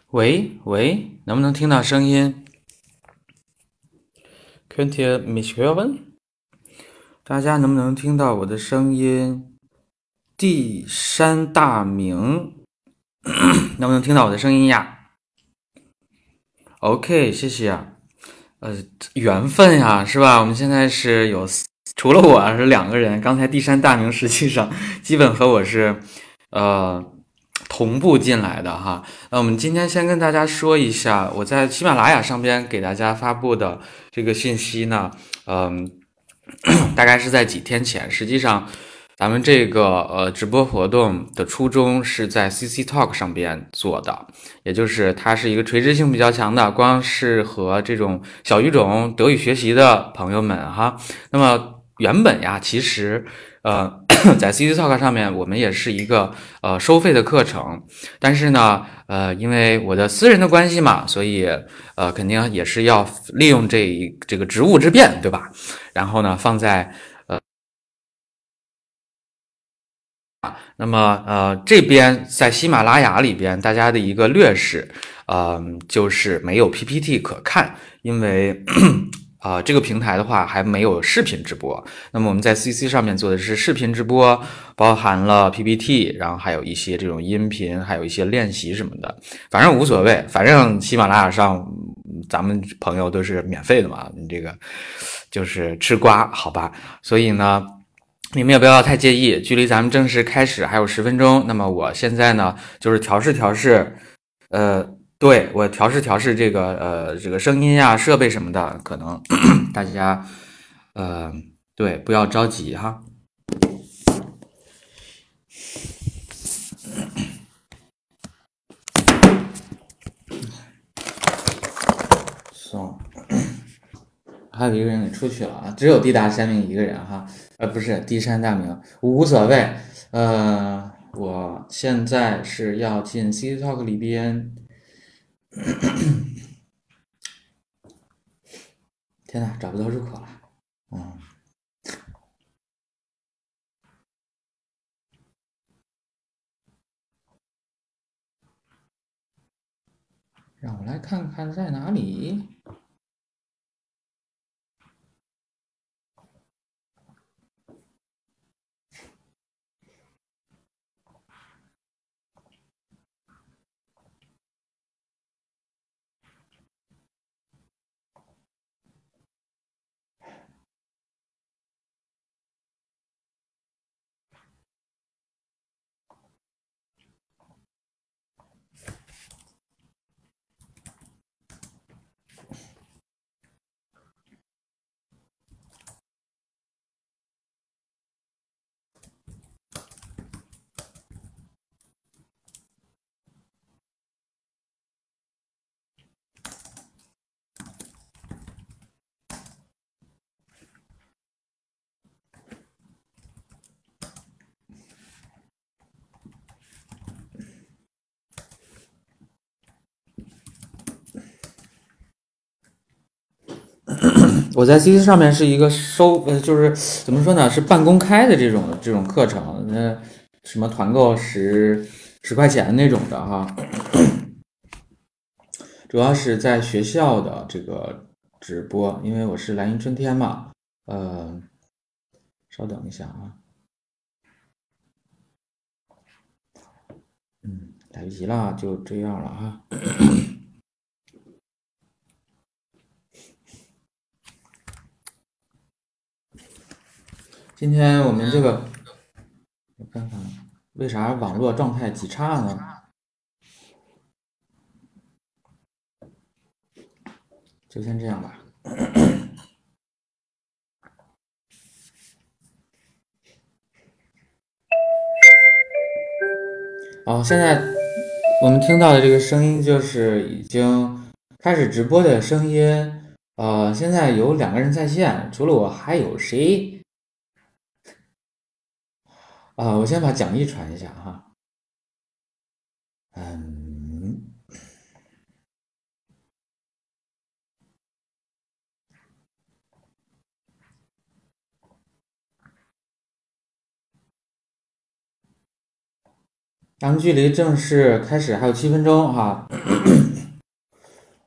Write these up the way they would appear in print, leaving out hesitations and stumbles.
喂喂，能不能听到声音？Könnt ihr mich hören？大家能不能听到我的声音？地山大名，能不能听到我的声音呀？OK，谢谢啊。呃，缘分呀，是吧？我们现在是有，除了我是两个人。刚才第三大名实际上基本和我是，呃，同步进来的哈。那我们今天先跟大家说一下，我在喜马拉雅上边给大家发布的这个信息呢，大概是在几天前。实际上，咱们这个直播活动的初衷是在 CC Talk 上边做的，也就是它是一个垂直性比较强的，光适合这种小语种德语学习的朋友们哈。那么原本呀，其实在 CC Talk 上面，我们也是一个收费的课程，但是呢，因为我的私人的关系嘛，所以肯定也是要利用这个职务之便，对吧？然后呢，放在那么这边在喜马拉雅里边，大家的一个劣势，就是没有 PPT 可看，因为这个平台的话还没有视频直播。那么我们在 CC 上面做的是视频直播，包含了 PPT，然后还有一些这种音频，还有一些练习什么的。反正无所谓，反正喜马拉雅上咱们朋友都是免费的嘛，你这个就是吃瓜，好吧？所以呢。你们也不要太介意，距离咱们正式开始还有10分钟。那么我现在呢，就是调试，呃，对我调试这个声音呀、设备什么的，可能大家呃对不要着急哈。送，还有一个人给出去了啊，只有地大山明一个人哈，不是地山大明，无所谓。我现在是要进 C Talk 里边。天呐，找不到入口了。嗯，让我来看看在哪里。我在 CC 上面是一个就是怎么说呢，是半公开的这种课程，什么团购十块钱那种的哈，主要是在学校的这个直播，因为我是蓝银春天嘛，呃，稍等一下啊，来不及了，就这样了哈。今天我们这个，我看看为啥网络状态极差呢？就先这样吧。好，现在我们听到的这个声音就是已经开始直播的声音。现在有两个人在线，除了我还有谁？我先把讲义传一下哈。嗯，咱们距离正式开始还有7分钟哈。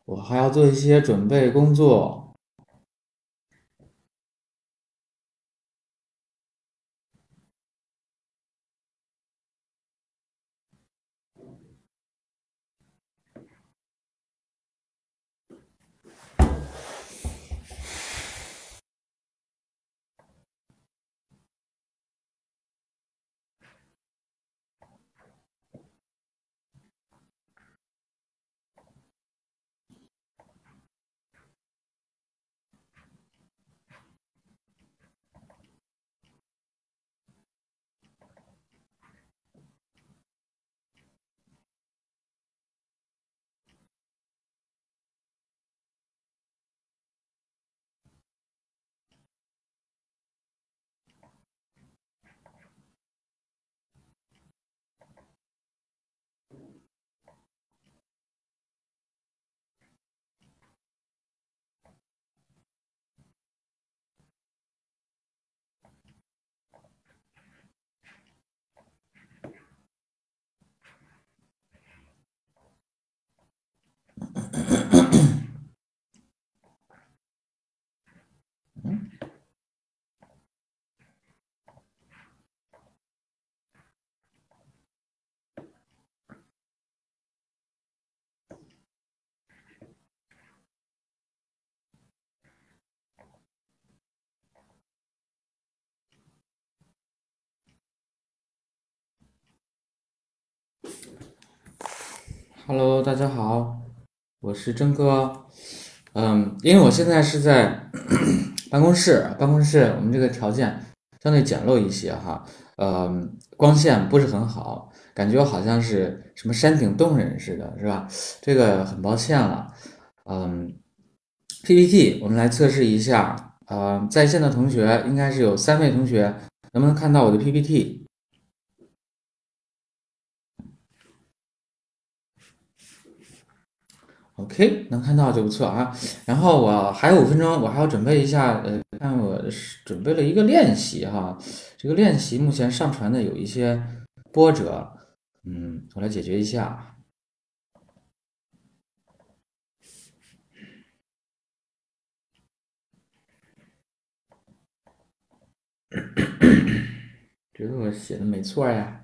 我还要做一些准备工作。Hello，大家好，我是真哥。因为我现在是在办公室我们这个条件相对简陋一些哈，光线不是很好，感觉好像是什么山顶洞人似的，是吧？这个很抱歉了。嗯，PPT 我们来测试一下，在线的同学应该是有3位同学，能不能看到我的 PPT？OK，能看到就不错啊。然后我还有5分钟，我还要准备一下，看我是准备了一个练习哈。这个练习目前上传的有一些波折，我来解决一下。觉得我写的没错呀。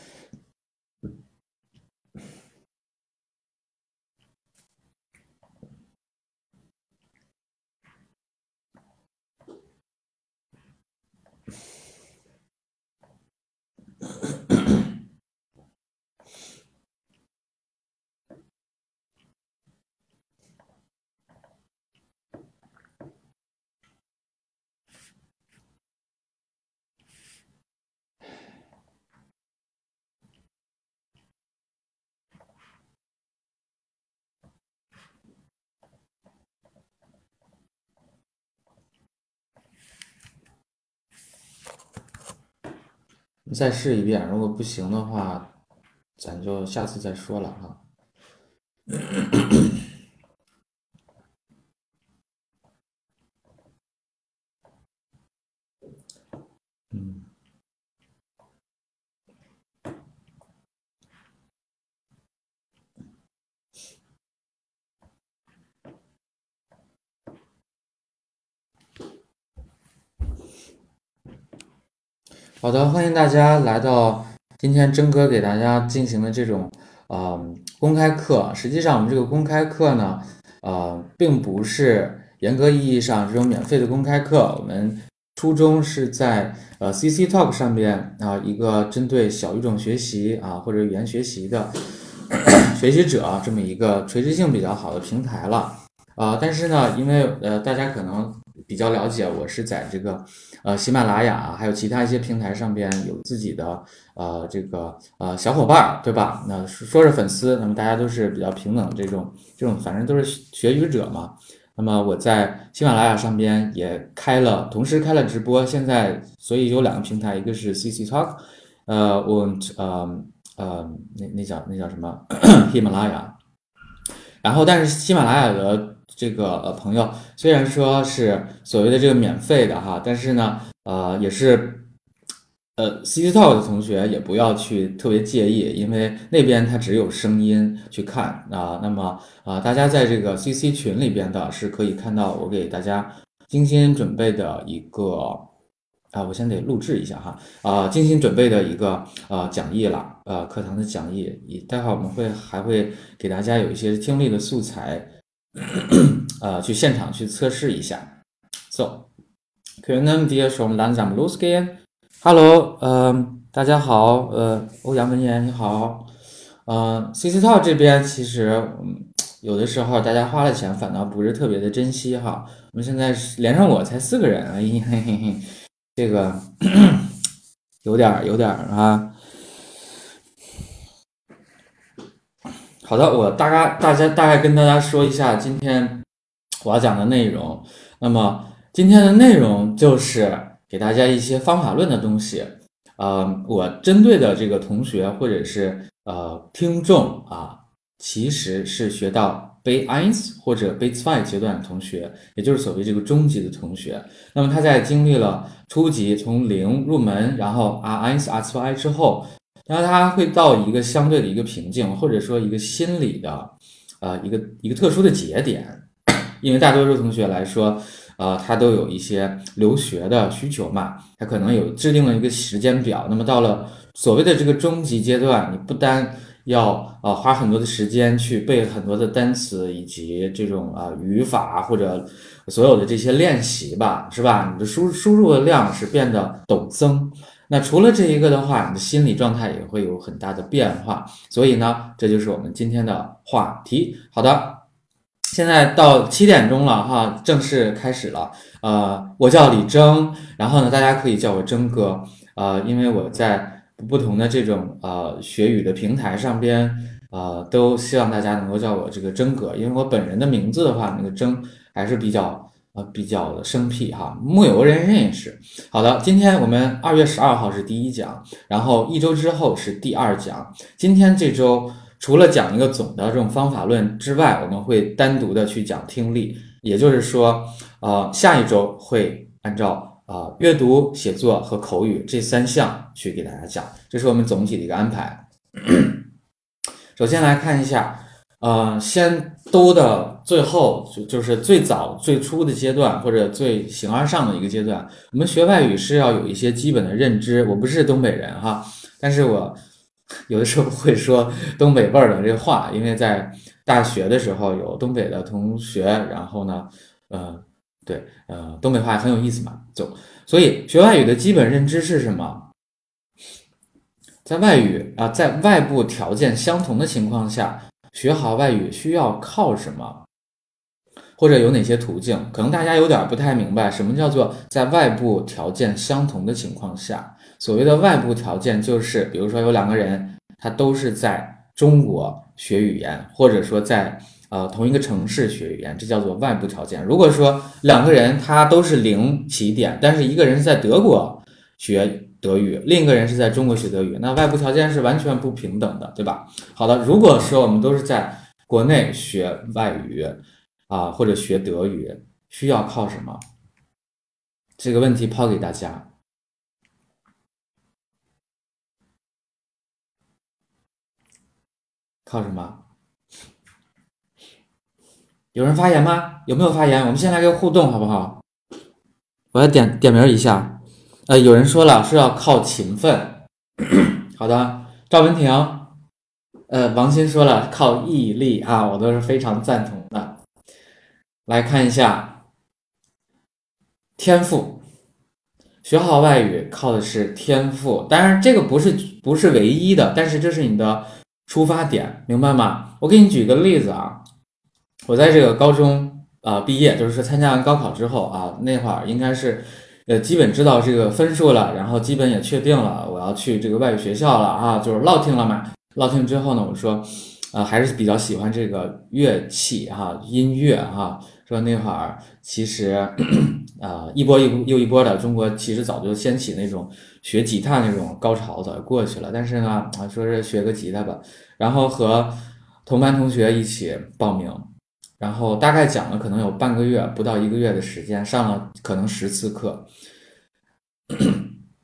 再试一遍，如果不行的话，咱就下次再说了哈。好的，欢迎大家来到今天真哥给大家进行的这种公开课。实际上，我们这个公开课呢，并不是严格意义上这种免费的公开课。我们初衷是在CC Talk 上边一个针对小语种学习或者语言学习的学习者这么一个垂直性比较好的平台了。但是呢，因为大家可能比较了解，我是在这个喜马拉雅还有其他一些平台上边有自己的这个小伙伴，对吧？那说是粉丝，那么大家都是比较平等这种，反正都是学语者嘛。那么我在喜马拉雅上边也同时开了直播，现在所以有2个平台，一个是 CC Talk，那叫什么喜马拉雅。然后，但是喜马拉雅的这个朋友，虽然说是所谓的这个免费的哈，但是呢，也是 CC Talk 的同学也不要去特别介意，因为那边它只有声音去看啊。那么大家在这个 CC 群里边的是可以看到我给大家精心准备的一个我先得录制一下哈精心准备的一个讲义了，课堂的讲义，待会儿我们还会给大家有一些听力的素材，去现场去测试一下。So, können wir schon langsam losgehen? Hello，大家好，欧阳文言你好，CC Talk 这边其实，有的时候大家花了钱反倒不是特别的珍惜哈。我们现在连上我才4个人，嘿嘿嘿，这个有点啊。好的，我大概跟大家说一下今天我要讲的内容。那么今天的内容就是给大家一些方法论的东西。我针对的这个同学或者是听众其实是学到B1或者B2阶段的同学，也就是所谓这个中级的同学。那么他在经历了初级从0入门，然后R1、R2之后，然后他会到一个相对的一个瓶颈，或者说一个心理的一个特殊的节点。因为大多数同学来说，他都有一些留学的需求嘛，他可能有制定了一个时间表。那么到了所谓的这个中级阶段，你不单要花很多的时间去背很多的单词以及这种语法或者所有的这些练习吧，是吧？你的输入的量是变得陡增。那除了这一个的话，你的心理状态也会有很大的变化。所以呢，这就是我们今天的话题。好的。现在到7点钟了哈，正式开始了。我叫李征，然后呢，大家可以叫我征哥。因为我在不同的这种学语的平台上边，都希望大家能够叫我这个征哥，因为我本人的名字的话，那个征还是比较的生僻哈，木有人认识。好的，今天我们2月12号是第1讲，然后1周之后是第2讲。今天这周除了讲一个总的这种方法论之外，我们会单独的去讲听力，也就是说，下一周会按照阅读、写作和口语这3项去给大家讲，这是我们总体的一个安排。首先来看一下，先兜的最后就是最早最初的阶段，或者最形而上的一个阶段。我们学外语是要有一些基本的认知。我不是东北人哈，但是我有的时候会说东北味儿的这个话，因为在大学的时候有东北的同学，然后呢，东北话很有意思嘛，所以学外语的基本认知是什么？在外语在外部条件相同的情况下，学好外语需要靠什么？或者有哪些途径？可能大家有点不太明白，什么叫做在外部条件相同的情况下？所谓的外部条件就是，比如说有2个人，他都是在中国学语言，或者说在同一个城市学语言，这叫做外部条件。如果说2个人他都是0起点，但是一个人是在德国学德语，另一个人是在中国学德语，那外部条件是完全不平等的，对吧？好的，如果说我们都是在国内学外语或者学德语，需要靠什么？这个问题抛给大家。靠什么？有人发言吗？有没有发言？我们先来个互动好不好？我要点名一下。有人说了是要靠勤奋。好的，赵文婷。王鑫说了靠毅力我都是非常赞同的。来看一下天赋，学好外语靠的是天赋，当然这个不是唯一的，但是这是你的出发点，明白吗？我给你举个例子我在这个高中毕业，就是说参加完高考之后那会儿应该是基本知道这个分数了，然后基本也确定了我要去这个外语学校了就是落听了嘛。落听之后呢，我说还是比较喜欢这个乐器音乐说那会儿其实一波又一波的，中国其实早就掀起那种学吉他那种高潮早就过去了，但是呢说是学个吉他吧，然后和同班同学一起报名，然后大概讲了可能有半个月不到1个月的时间，上了可能10次课。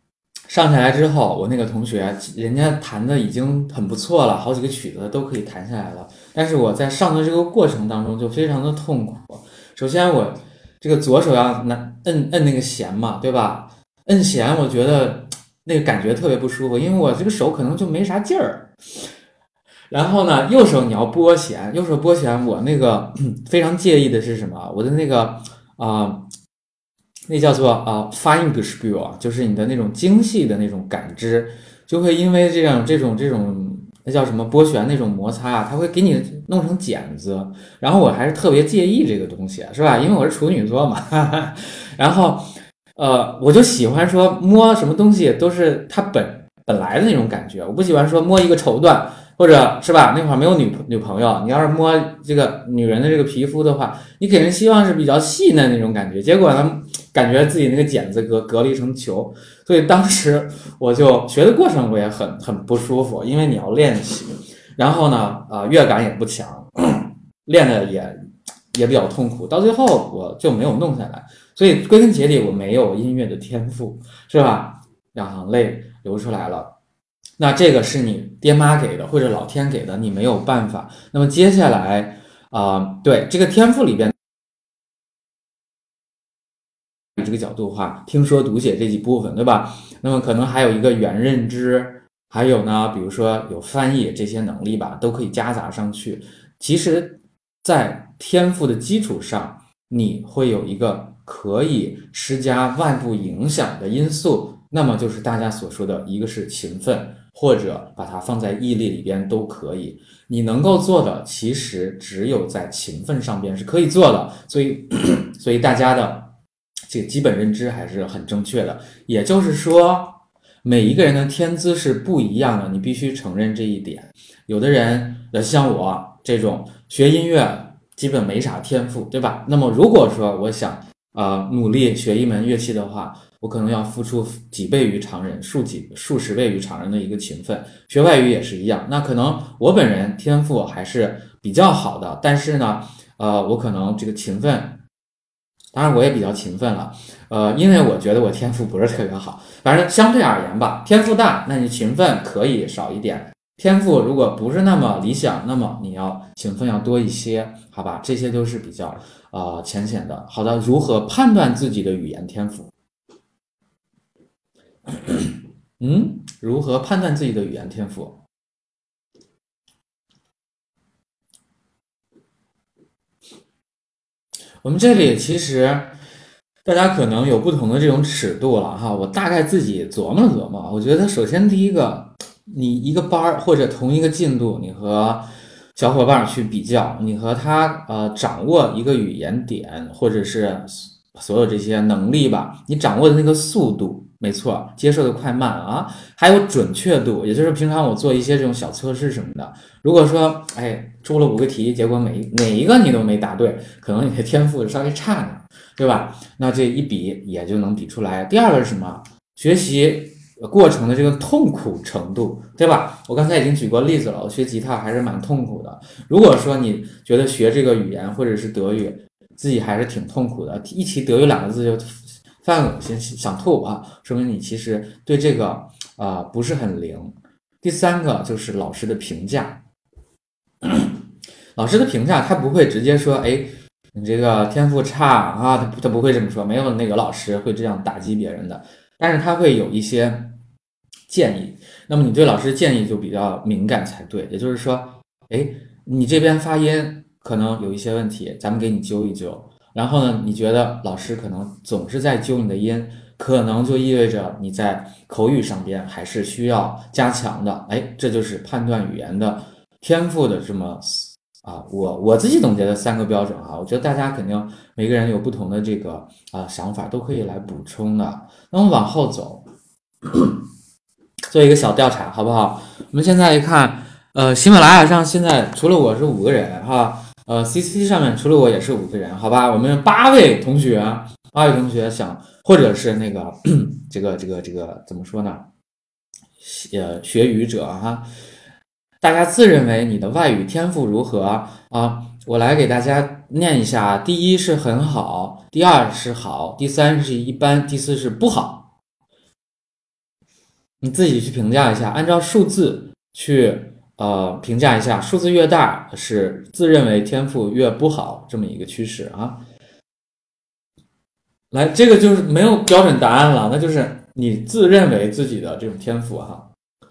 上下来之后，我那个同学人家弹的已经很不错了，好几个曲子都可以弹下来了。但是我在上的这个过程当中就非常的痛苦。首先我这个左手要摁那个弦嘛，对吧？摁弦我觉得那个感觉特别不舒服，因为我这个手可能就没啥劲儿。然后呢，右手你要拨弦，右手拨弦，我那个非常介意的是什么？我的那个那叫做Feingefühl，就是你的那种精细的那种感知，就会因为这种那叫什么拨弦那种摩擦啊，它会给你弄成茧子。然后我还是特别介意这个东西，是吧？因为我是处女座嘛，哈哈。然后我就喜欢说摸什么东西都是它本来的那种感觉，我不喜欢说摸一个绸缎。或者是吧，那会儿没有女朋友，你要是摸这个女人的这个皮肤的话，你肯定希望是比较细嫩那种感觉，结果呢，感觉自己那个茧子隔了一层球，所以当时我就学的过程我也很不舒服，因为你要练习，然后呢，乐感也不强，练的也比较痛苦，到最后我就没有弄下来，所以归根结底我没有音乐的天赋，是吧？两行泪流出来了。那这个是你爹妈给的，或者老天给的，你没有办法。那么接下来对这个天赋里边，这个角度的话，听说读写这几部分，对吧？那么可能还有一个元认知，还有呢，比如说有翻译这些能力吧，都可以夹杂上去。其实，在天赋的基础上，你会有一个可以施加外部影响的因素，那么就是大家所说的一个是勤奋。或者把它放在毅力里边都可以，你能够做的其实只有在勤奋上边是可以做的，所以大家的这个基本认知还是很正确的。也就是说，每一个人的天资是不一样的，你必须承认这一点。有的人像我这种学音乐基本没啥天赋，对吧？那么如果说我想努力学一门乐器的话，我可能要付出几倍于常人，数十倍于常人的一个勤奋。学外语也是一样，那可能我本人天赋还是比较好的，但是呢，我可能这个勤奋，当然我也比较勤奋了，因为我觉得我天赋不是特别好，反正相对而言吧，天赋大，那你勤奋可以少一点。天赋如果不是那么理想，那么你要勤奋要多一些，好吧？这些都是比较浅显的。好的，如何判断自己的语言天赋？如何判断自己的语言天赋？我们这里其实大家可能有不同的这种尺度了哈。我大概自己琢磨了琢磨，我觉得首先第一个，你一个班或者同一个进度，你和小伙伴去比较，你和他掌握一个语言点，或者是所有这些能力吧，你掌握的那个速度。没错，接受的快慢啊，还有准确度，也就是平常我做一些这种小测试什么的，如果说出了5个题，结果每一个你都没答对，可能你的天赋稍微差点，对吧？那这一比也就能比出来。第二个是什么？学习过程的这个痛苦程度，对吧？我刚才已经举过例子了，我学吉他还是蛮痛苦的。如果说你觉得学这个语言或者是德语自己还是挺痛苦的，一提德语2个字就犯恶心想吐啊，说明你其实对这个不是很灵。第三个就是老师的评价，老师的评价他不会直接说，你这个天赋差啊，他不会这么说，没有那个老师会这样打击别人的，但是他会有一些建议，那么你对老师建议就比较敏感才对，也就是说，你这边发音可能有一些问题，咱们给你揪一揪。然后呢，你觉得老师可能总是在揪你的音，可能就意味着你在口语上边还是需要加强的。这就是判断语言的天赋的这么我自己总结的3个标准啊，我觉得大家肯定每个人有不同的这个想法，都可以来补充的。那我们往后走，做一个小调查，好不好？我们现在一看，喜马拉雅上现在除了我是5个人哈。CC 上面除了我也是5个人，好吧？我们8位同学想，或者是那个这个怎么说呢？学语者哈，大家自认为你的外语天赋如何啊？我来给大家念一下：第1是很好，第2是好，第3是一般，第4是不好。 你自己去评价一下，按照数字去评价一下，数字越大是自认为天赋越不好这么一个趋势啊。来，这个就是没有标准答案了，那就是你自认为自己的这种天赋哈。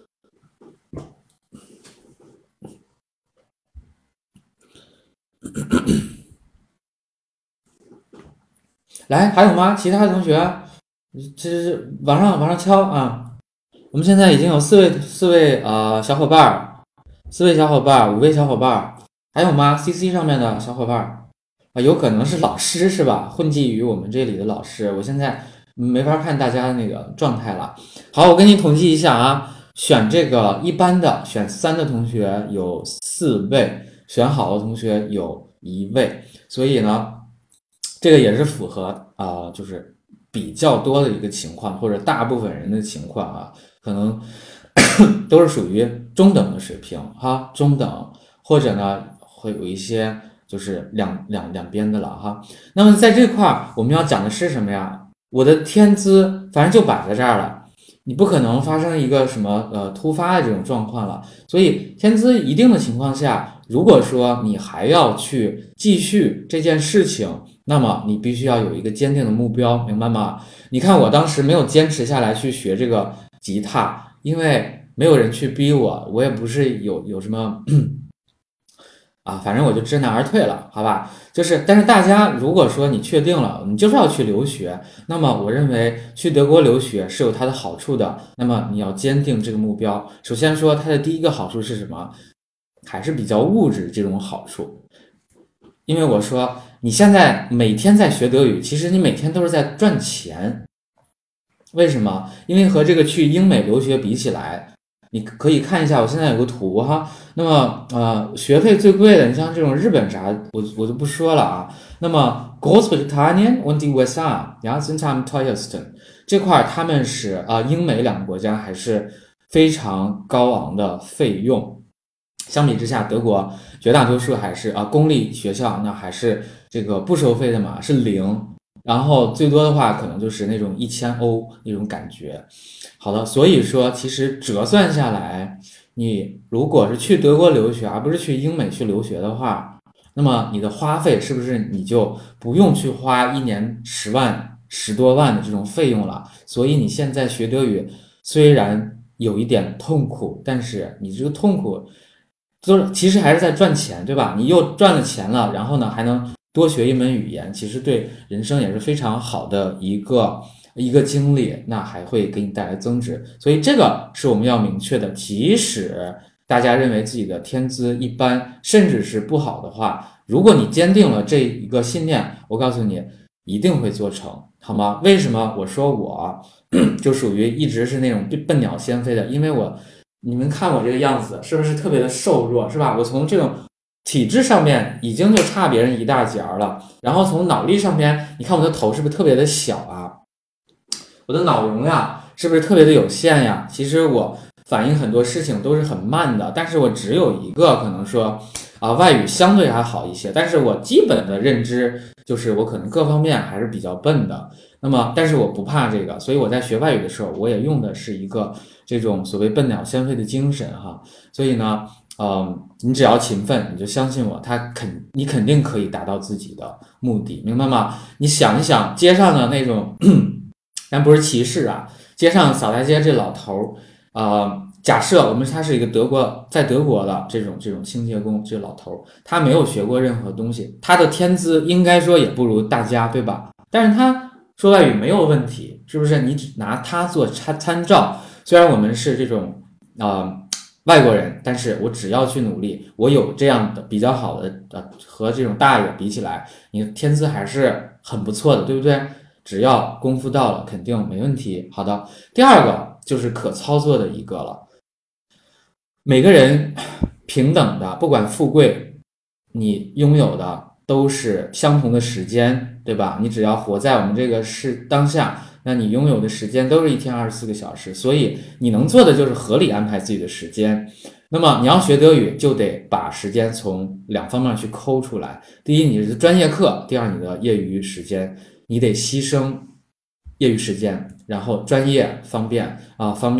来，还有吗？其他的同学，这是往上敲啊！我们现在已经有四位小伙伴4位小伙伴5位小伙伴还有吗？CC 上面的小伙伴啊，有可能是老师是吧？混迹于我们这里的老师，我现在没法看大家那个状态了。好，我给你统计一下啊，选这个一般的，选3的同学有4位，选好的同学有1位，所以呢，这个也是符合就是比较多的一个情况，或者大部分人的情况啊，可能都是属于中等的水平哈，中等，或者呢会有一些就是两边的了哈。那么在这块儿，我们要讲的是什么呀？我的天资反正就摆在这儿了，你不可能发生一个什么突发的这种状况了。所以天资一定的情况下，如果说你还要去继续这件事情，那么你必须要有一个坚定的目标，明白吗？你看我当时没有坚持下来去学这个吉他，因为没有人去逼我，我也不是有什么反正我就知难而退了，好吧？就是，但是大家如果说你确定了，你就是要去留学，那么我认为去德国留学是有它的好处的。那么你要坚定这个目标。首先说它的第一个好处是什么？还是比较物质这种好处。因为我说你现在每天在学德语，其实你每天都是在赚钱。为什么？因为和这个去英美留学比起来，你可以看一下，我现在有个图哈。那么学费最贵的，你像这种日本啥，我就不说了啊。那么 Großbritannien und die USA sind am teuersten 这块他们是英美两个国家还是非常高昂的费用。相比之下，德国绝大多数还是公立学校，那还是这个不收费的嘛，是0。然后最多的话可能就是那种1000欧那种感觉。好的，所以说其实折算下来，你如果是去德国留学，而不是去英美去留学的话，那么你的花费是不是你就不用去花1年10万、10多万的这种费用了？所以你现在学德语虽然有一点痛苦，但是你这个痛苦就是其实还是在赚钱，对吧？你又赚了钱了，然后呢还能多学一门语言，其实对人生也是非常好的一个经历，那还会给你带来增值。所以这个是我们要明确的。即使大家认为自己的天资一般，甚至是不好的话，如果你坚定了这一个信念，我告诉你一定会做成，好吗？为什么我说我就属于一直是那种笨鸟先飞的？因为你们看我这个样子是不是特别的瘦弱，是吧？我从这种体质上面已经就差别人一大截了，然后从脑力上面，你看我的头是不是特别的小啊？我的脑容量是不是特别的有限呀？其实我反映很多事情都是很慢的，但是我只有一个可能说外语相对还好一些，但是我基本的认知就是我可能各方面还是比较笨的。那么但是我不怕这个，所以我在学外语的时候，我也用的是一个这种所谓笨鸟先飞的精神哈。所以呢你只要勤奋，你就相信我，你肯定可以达到自己的目的，明白吗？你想一想街上的那种咱不是歧视啊，街上扫大街这老头假设他是一个在德国的这种清洁工，这个老头他没有学过任何东西，他的天资应该说也不如大家，对吧？但是他说外语没有问题，是不是？你只拿他做参照，虽然我们是这种外国人，但是我只要去努力，我有这样的比较好的和这种大爷比起来，你的天资还是很不错的，对不对？只要功夫到了，肯定没问题。好的，第二个就是可操作的一个了。每个人平等的，不管富贵，你拥有的都是相同的时间，对吧？你只要活在我们这个当下，那你拥有的时间都是一天24个小时，所以你能做的就是合理安排自己的时间。那么你要学德语，就得把时间从2方面去抠出来。第一，你是专业课；第二，你的业余时间。你得牺牲业余时间，然后专业方面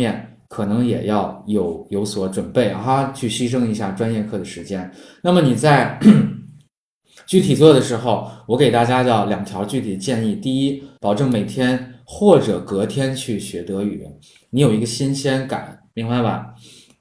可能也要有所准备啊，去牺牲一下专业课的时间。那么你在具体做的时候，我给大家的2条具体建议：第一，保证每天或者隔天去学德语，你有一个新鲜感，明白吧？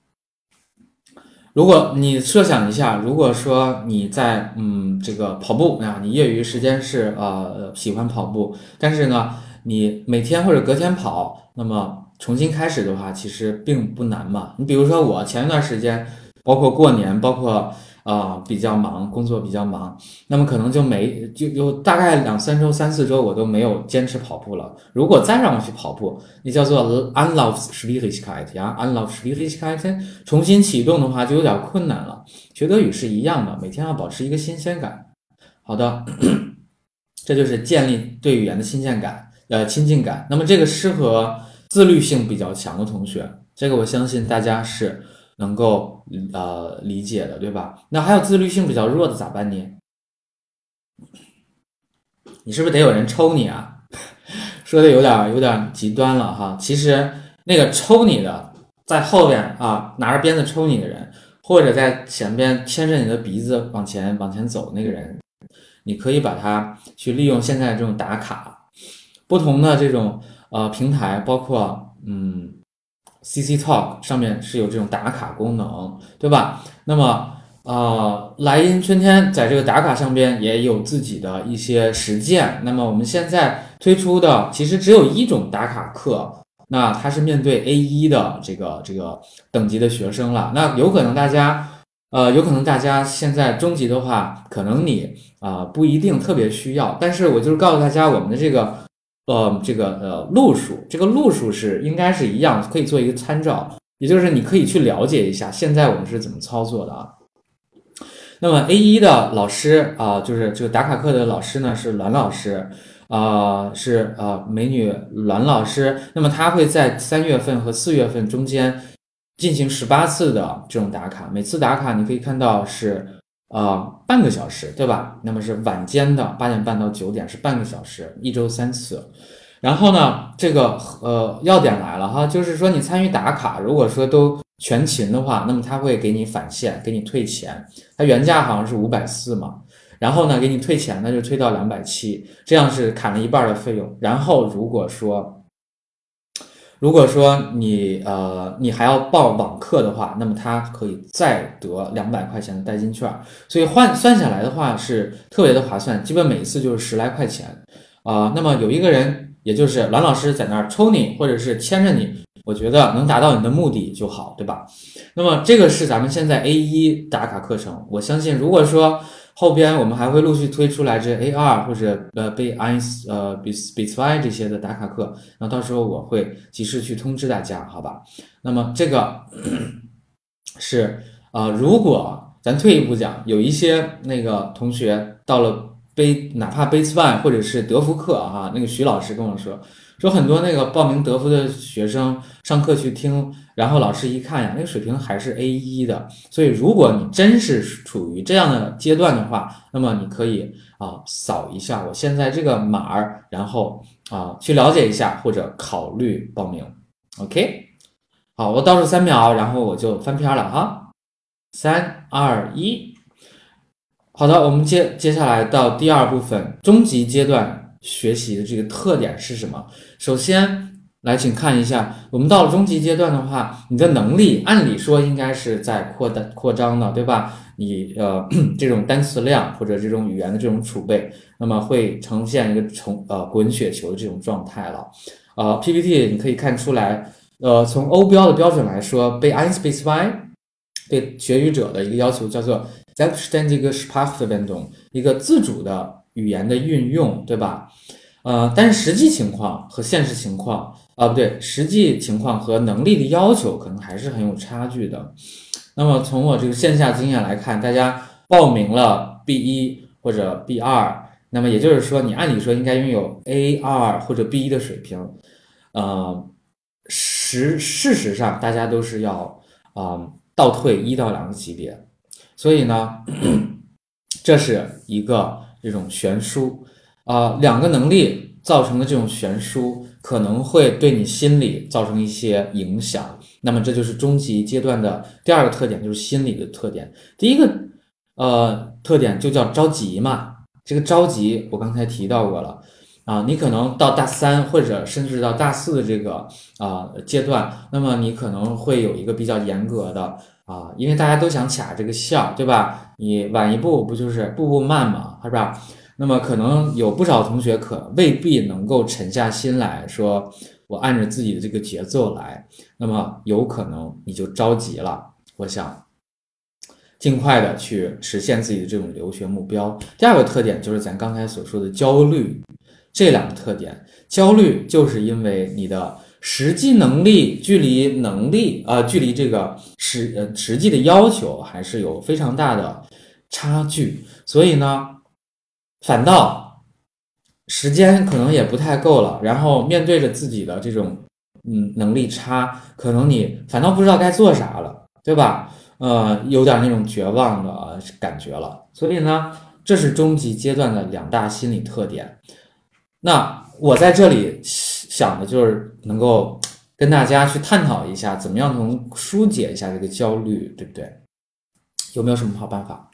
如果你设想一下，如果说你在这个跑步啊，你业余时间是喜欢跑步，但是呢，你每天或者隔天跑，那么重新开始的话，其实并不难嘛。你比如说我前一段时间，包括过年，包括比较忙，工作比较忙，那么可能就有大概2-3周、3-4周我都没有坚持跑步了。如果再让我去跑步，那叫做 Anlaufschwierigkeit 呀，Anlaufschwierigkeit，重新启动的话就有点困难了。学德语是一样的，每天要保持一个新鲜感。好的，这就是建立对语言的新鲜感，亲近感。那么这个适合自律性比较强的同学，这个我相信大家是能够理解的，对吧？那还有自律性比较弱的咋办呢？你是不是得有人抽你啊？说的有点极端了哈。其实那个抽你的，在后边啊拿着鞭子抽你的人，或者在前边牵着你的鼻子往前走那个人，你可以把它去利用现在这种打卡，不同的这种平台，包括CC Talk 上面是有这种打卡功能，对吧？那么莱茵春天在这个打卡上边也有自己的一些实践。那么我们现在推出的其实只有一种打卡课，那它是面对 A1 的这个等级的学生了。那有可能大家现在中级的话，可能你不一定特别需要，但是我就是告诉大家我们的这个路数，这个路数是应该是一样，可以做一个参照，也就是你可以去了解一下现在我们是怎么操作的啊。那么 A1 的老师就是这个打卡课的老师呢是栾老师，是美女栾老师。那么他会在3月份和4月份中间进行18次的这种打卡，每次打卡你可以看到是半个小时，对吧？那么是晚间的8点半到9点是半个小时，一周3次。然后呢，这个要点来了哈，就是说你参与打卡，如果说都全勤的话，那么他会给你返现，给你退钱。它原价好像是540嘛，然后呢给你退钱，那就退到270，这样是砍了一半的费用。然后如果说你还要报网课的话，那么它可以再得200块钱的代金券，所以算下来的话是特别的划算，基本每一次就是10来块钱那么有一个人，也就是栾老师在那儿抽你，或者是牵着你，我觉得能达到你的目的就好，对吧？那么这个是咱们现在 A1 打卡课程，我相信如果说后边我们还会陆续推出来这 A2 或者B1 B2 这些的打卡课，那到时候我会及时去通知大家，好吧？那么这个是如果咱退一步讲，有一些那个同学到了哪怕B2或者是德福课哈，那个徐老师跟我说很多那个报名德福的学生上课去听，然后老师一看呀，那个水平还是 A1 的。所以如果你真是处于这样的阶段的话，那么你可以扫一下我现在这个码儿，然后去了解一下或者考虑报名。OK， 好，我倒数3秒，然后我就翻篇了哈，3、2、1。好的，我们接下来到第2部分，中级阶段学习的这个特点是什么？首先来，请看一下，我们到了中级阶段的话，你的能力按理说应该是在扩张的，对吧？你这种单词量或者这种语言的这种储备，那么会呈现一个滚雪球的这种状态了。PPT 你可以看出来，从欧标的标准来说，B1 B2对学语者的一个要求叫做selbstständige Sprachverwendung， 一个自主的语言的运用，对吧？但是实际情况和现实情况实际情况和能力的要求可能还是很有差距的。那么从我这个线下经验来看，大家报名了 B1 或者 B2， 那么也就是说你按理说应该拥有 A2 或者 B1 的水平，事实上大家都是要倒退1到2个级别，所以呢，这是一个这种悬殊2个能力造成的这种悬殊，可能会对你心理造成一些影响。 那么这就是中级阶段的第二个特点，就是心理的特点。第一个特点就叫着急嘛，这个着急我刚才提到过了啊，你可能到大3或者甚至到大4的这个阶段，那么你可能会有一个比较严格的因为大家都想卡这个笑，对吧？你晚一步不就是步步慢嘛，是吧？那么可能有不少同学未必能够沉下心来说，我按照自己的这个节奏来，那么有可能你就着急了。我想尽快的去实现自己的这种留学目标。第二个特点就是咱刚才所说的焦虑，这两个特点，焦虑就是因为你的实际能力距离这个实际的要求还是有非常大的差距，所以呢，反倒时间可能也不太够了，然后面对着自己的这种能力差，可能你反倒不知道该做啥了，对吧？有点那种绝望的感觉了。所以呢，这是中级阶段的2大心理特点。那我在这里想的就是能够跟大家去探讨一下，怎么样能疏解一下这个焦虑，对不对？有没有什么好办法？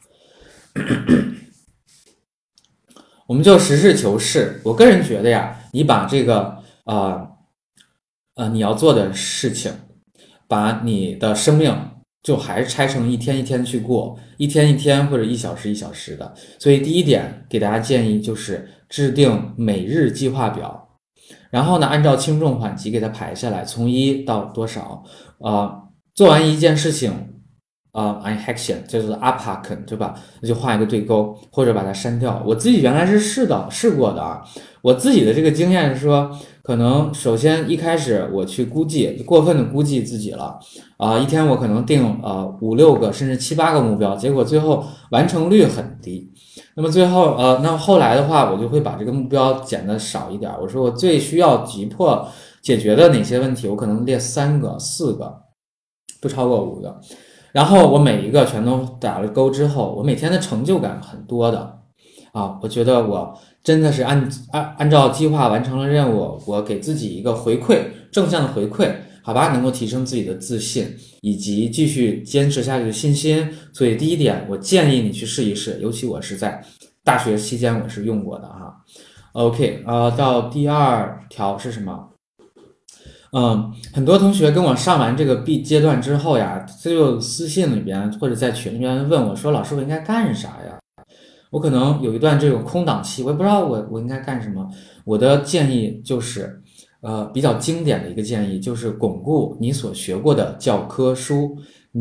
我们就实事求是。我个人觉得呀，你把这个你要做的事情，把你的生命就还是拆成一天一天去过，一天一天或者1小时1小时的。所以第一点给大家建议就是制定每日计划表，然后呢，按照轻重缓急给它排下来，从1到多少，做完一件事情。action 就是 apaken 对吧？那就画一个对勾，或者把它删掉。我自己原来是试过的啊。我自己的这个经验是说，可能首先一开始我去过分的估计自己了一天我可能定5、6个甚至7、8个目标，结果最后完成率很低。那么最后那后来的话，我就会把这个目标减得少一点。我说我最需要急迫解决的哪些问题，我可能列3个、4个，不超过5个。然后我每一个全都打了勾之后，我每天的成就感很多的我觉得我真的是按照计划完成了任务，我给自己一个回馈，正向的回馈，好吧，能够提升自己的自信以及继续坚持下去的信心。所以第一点，我建议你去试一试，尤其我是在大学期间我是用过的OK 到第2条是什么？很多同学跟我上完这个 B 阶段之后呀，他就私信里边或者在群里边问我说：“老师，我应该干啥呀？”我可能有一段这种空档期，我也不知道我应该干什么。我的建议就是，比较经典的一个建议就是巩固你所学过的教科书，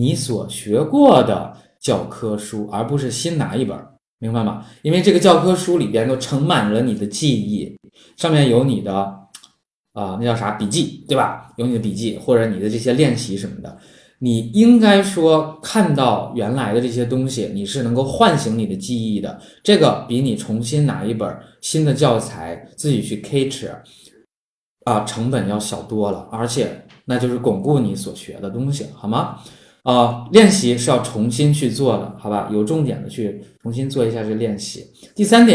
而不是新拿一本，明白吗？因为这个教科书里边都盛满了你的记忆，上面有你的。那叫啥笔记，对吧？有你的笔记或者你的这些练习什么的，你应该说看到原来的这些东西，你是能够唤醒你的记忆的。这个比你重新拿一本新的教材自己去 catch 成本要小多了，而且那就是巩固你所学的东西，好吗？练习是要重新去做的，好吧？有重点的去重新做一下这个练习。第三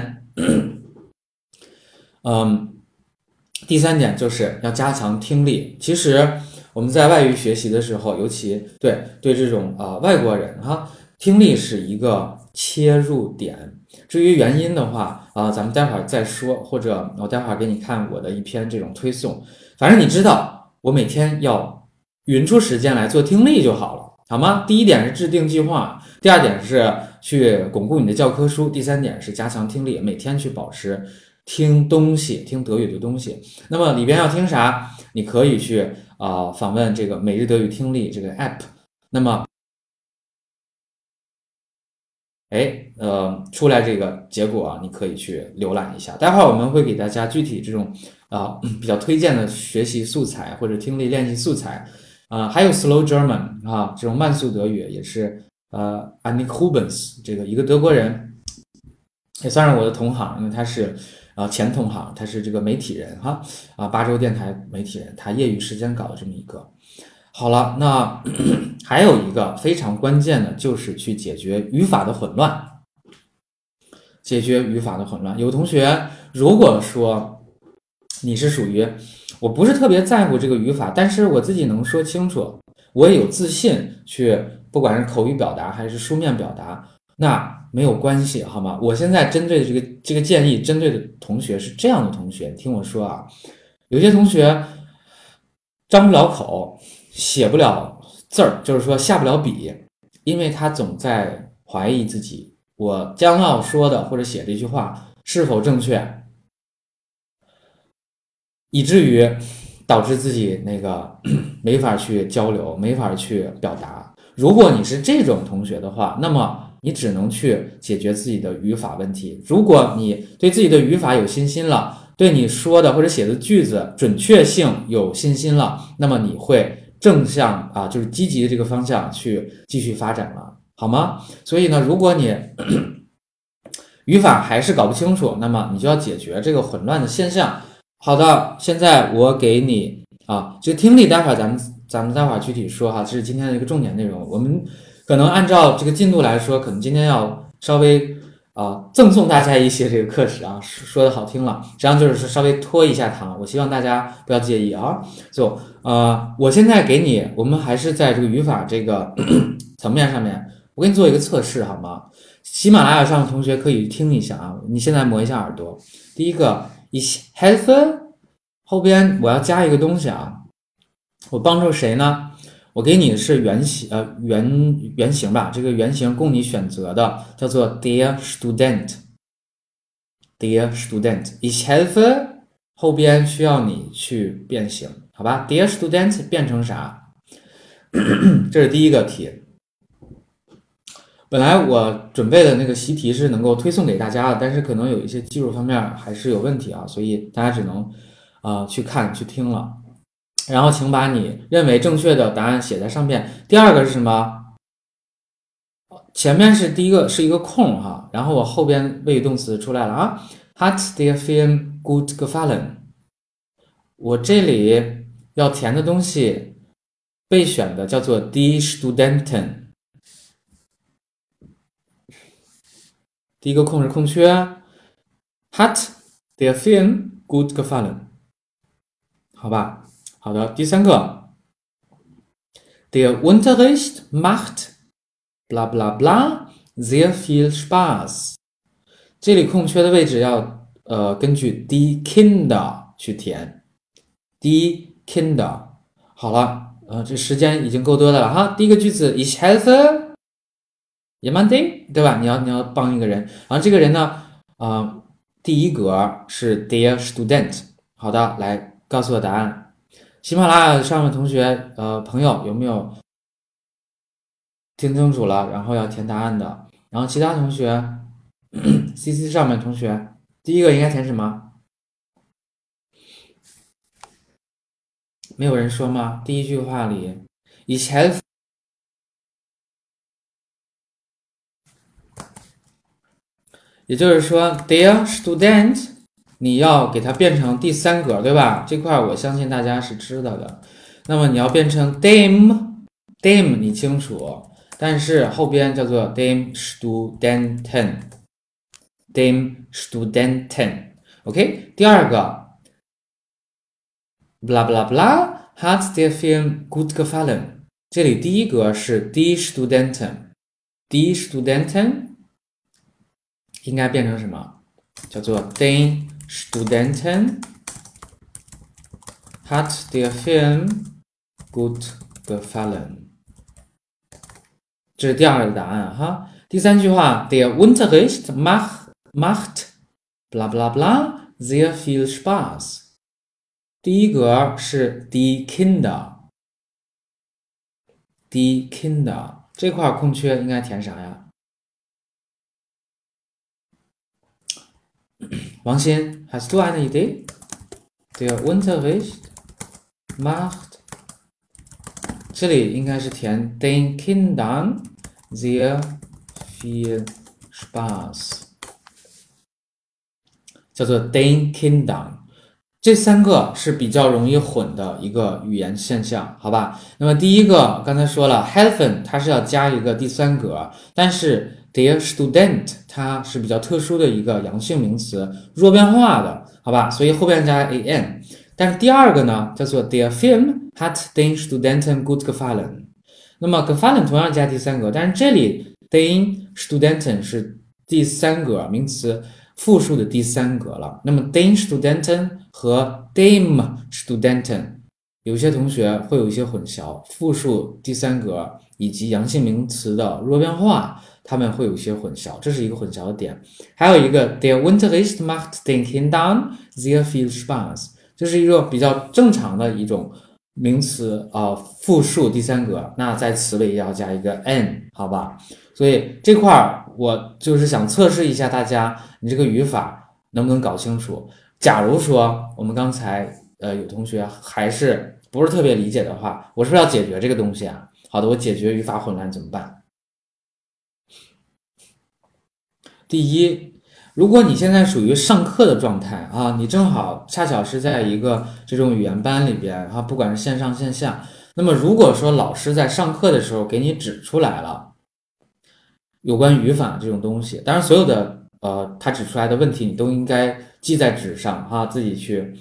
点就是要加强听力。其实我们在外语学习的时候，尤其对这种外国人听力是一个切入点。至于原因的话咱们待会儿再说，或者我待会儿给你看我的一篇这种推送。反正你知道，我每天要匀出时间来做听力就好了，好吗？第一点是制定计划，第二点是去巩固你的教科书，第三点是加强听力，每天去保持听东西，听德语的东西。那么里边要听啥？你可以去访问这个每日德语听力这个 app。那么，出来这个结果你可以去浏览一下。待会儿我们会给大家具体这种比较推荐的学习素材或者听力练习素材还有 Slow German 这种慢速德语也是Annick Hubens 这个一个德国人，也算是我的同行，因为他是前同行，他是这个媒体人巴州电台媒体人，他业余时间搞的这么一个。好了，那还有一个非常关键的就是去解决语法的混乱。有同学如果说你是属于我不是特别在乎这个语法，但是我自己能说清楚，我也有自信去，不管是口语表达还是书面表达，那没有关系，好吗？我现在针对的这个建议，针对的同学是这样的同学，听我说啊，有些同学张不了口，写不了字儿，就是说下不了笔，因为他总在怀疑自己，我将要说的或者写这句话是否正确，以至于导致自己那个没法去交流，没法去表达。如果你是这种同学的话，那么你只能去解决自己的语法问题。如果你对自己的语法有信心了，对你说的或者写的句子准确性有信心了，那么你会正向就是积极的这个方向去继续发展了，好吗？所以呢，如果你语法还是搞不清楚，那么你就要解决这个混乱的现象。好的，现在我给你这个听力，待会儿咱们待会儿具体说哈，这是今天的一个重点内容。我们可能按照这个进度来说，可能今天要稍微赠送大家一些这个课时说的好听了，实际上就是稍微拖一下堂，我希望大家不要介意啊。我现在给你，我们还是在这个语法这个层面上面，我给你做一个测试好吗？喜马拉雅上的同学可以听一下啊，你现在磨一下耳朵。第一个Ich helfe， 后边我要加一个东西啊，我帮助谁呢？我给你的是原型吧，这个原型供你选择的，叫做 der Student。der Student，Ich helfe 后边需要你去变形，好吧 ？der Student 变成啥？这是第一个题。本来我准备的那个习题是能够推送给大家的，但是可能有一些技术方面还是有问题啊，所以大家只能去看去听了。然后请把你认为正确的答案写在上面。第二个是什么？前面是第一个是一个空哈，然后我后边谓语动词出来了啊。Hat der Film gut gefallen？ 我这里要填的东西备选的叫做 die Studenten。第一个空是空缺 ，Hat der Film gut gefallen？ 好吧，好的。第三个 ，der Unterricht macht bla bla bla sehr viel Spaß。这里空缺的位置要根据 die Kinder 去填 ，die Kinder。好了，这时间已经够多的了哈。第一个句子 Ich helfe jemanden， 对吧？你要帮一个人，然后这个人呢，第一格是 der Student。好的，来告诉我答案。喜马拉雅上面同学朋友有没有听清楚了？然后要填答案的。然后其他同学CC 上面同学，第一个应该填什么？没有人说吗？第一句话里 Ich helfe， 也就是说 der Student 你要给它变成第三格，对吧？这块我相信大家是知道的。那么你要变成 dem 你清楚，但是后边叫做 dem Studenten。OK， 第二个 bla bla bla hat der Film gut gefallen。这里第一格是 die Studenten，die Studenten 应该变成什么？叫做 den Studenten hat der Film gut gefallen。这是第二个答案哈。第三句话 der Unterricht macht bla bla bla sehr viel Spaß。第一格是 die Kinder，die Kinder 这块空缺应该填啥呀？王鑫 ，Hast du eine Idee? Der Unterricht macht， 这里应该是填 den Kindern sehr viel Spaß， 叫做 den Kindern。这三个是比较容易混的一个语言现象，好吧？那么第一个刚才说了 helfen 它是要加一个第三格，但是 der Student 它是比较特殊的一个阳性名词，弱变化的，好吧？所以后边加 an。 但是第二个呢，叫做 Der Film hat den Studenten gut gefallen。那么 gefallen 同样加第三格，但是这里 den Studenten 是第三格名词复数的第三格了。那么 den Studenten 和 dem Studenten 有些同学会有一些混淆，复数第三格以及阳性名词的弱变化，他们会有一些混淆，这是一个混淆的点。还有一个 Der Unterricht macht den Kindern sehr viel Spaß， 这是一个比较正常的一种名词复数第三格，那在词尾要加一个 n， 好吧？所以这块我就是想测试一下大家，你这个语法能不能搞清楚。假如说我们刚才有同学还是不是特别理解的话，我是不是要解决这个东西啊？好的，我解决语法混乱怎么办？第一，如果你现在属于上课的状态啊，你正好恰巧是在一个这种语言班里边啊，不管是线上线下，那么如果说老师在上课的时候给你指出来了有关语法这种东西，当然所有的他指出来的问题你都应该记在纸上啊，自己去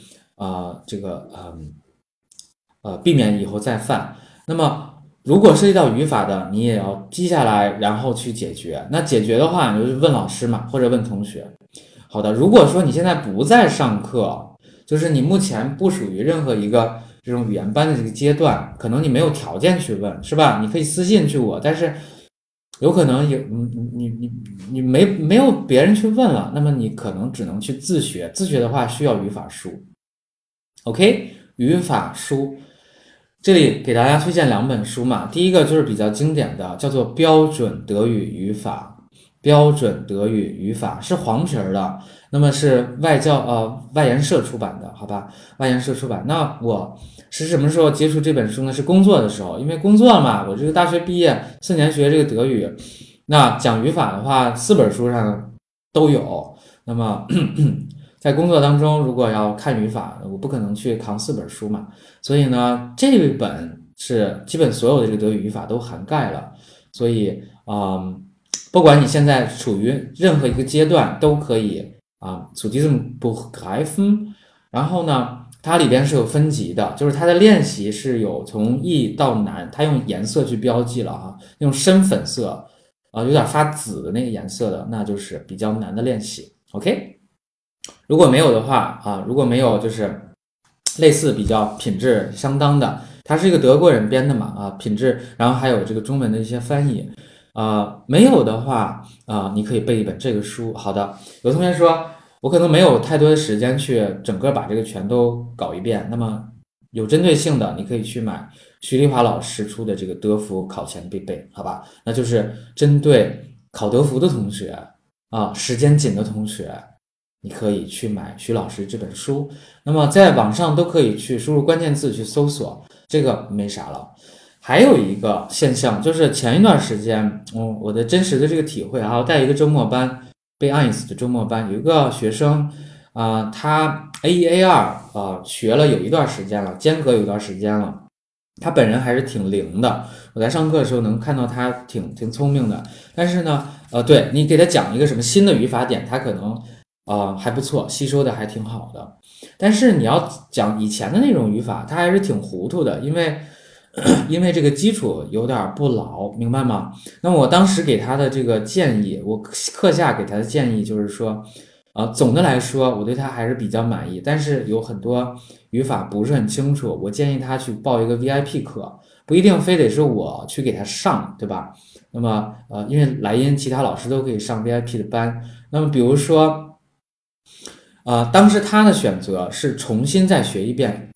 避免以后再犯。那么如果涉及到语法的，你也要记下来，然后去解决。那解决的话，你就问老师嘛，或者问同学。好的，如果说你现在不在上课，就是你目前不属于任何一个这种语言班的这个阶段，可能你没有条件去问，是吧？你可以私信去我，但是有可能你没有别人去问了，那么你可能只能去自学。自学的话需要语法书。OK， 语法书。这里给大家推荐2本书嘛，第一个就是比较经典的，叫做《标准德语语法》，标准德语语法是黄皮儿的，那么是外研社出版的，好吧？外研社出版。那我是什么时候接触这本书呢？是工作的时候，因为工作嘛，我这个大学毕业4年学这个德语，那讲语法的话4本书上都有。那么在工作当中，如果要看语法，我不可能去扛4本书嘛，所以呢，这本是基本所有的这个德语语法都涵盖了。所以，不管你现在处于任何一个阶段，都可以zu diesem Buch greifen。然后呢，它里边是有分级的，就是它的练习是有从易到难，它用颜色去标记了啊，用深粉色有点发紫的那个颜色的，那就是比较难的练习。OK。如果没有的话如果没有就是类似比较品质相当的，它是一个德国人编的嘛品质，然后还有这个中文的一些翻译没有的话你可以备一本这个书。好的，有同学说我可能没有太多的时间去整个把这个全都搞一遍，那么有针对性的你可以去买徐丽华老师出的这个德福考前必备，好吧？那就是针对考德福的同学时间紧的同学，你可以去买徐老师这本书，那么在网上都可以去输入关键字去搜索，这个没啥了。还有一个现象就是前一段时间我的真实的这个体会我带一个周末班，B1的周末班，有一个学生他 A1 A2 学了有一段时间了，间隔有一段时间了，他本人还是挺灵的，我在上课的时候能看到他挺聪明的，但是呢对你给他讲一个什么新的语法点，他可能还不错，吸收的还挺好的。但是你要讲以前的那种语法，他还是挺糊涂的，因为这个基础有点不牢，明白吗？那么我当时给他的这个建议，我课下给他的建议就是说总的来说我对他还是比较满意，但是有很多语法不是很清楚，我建议他去报一个 VIP 课，不一定非得是我去给他上，对吧？那么因为莱茵其他老师都可以上 VIP 的班，那么比如说当时他的选择是重新再学一遍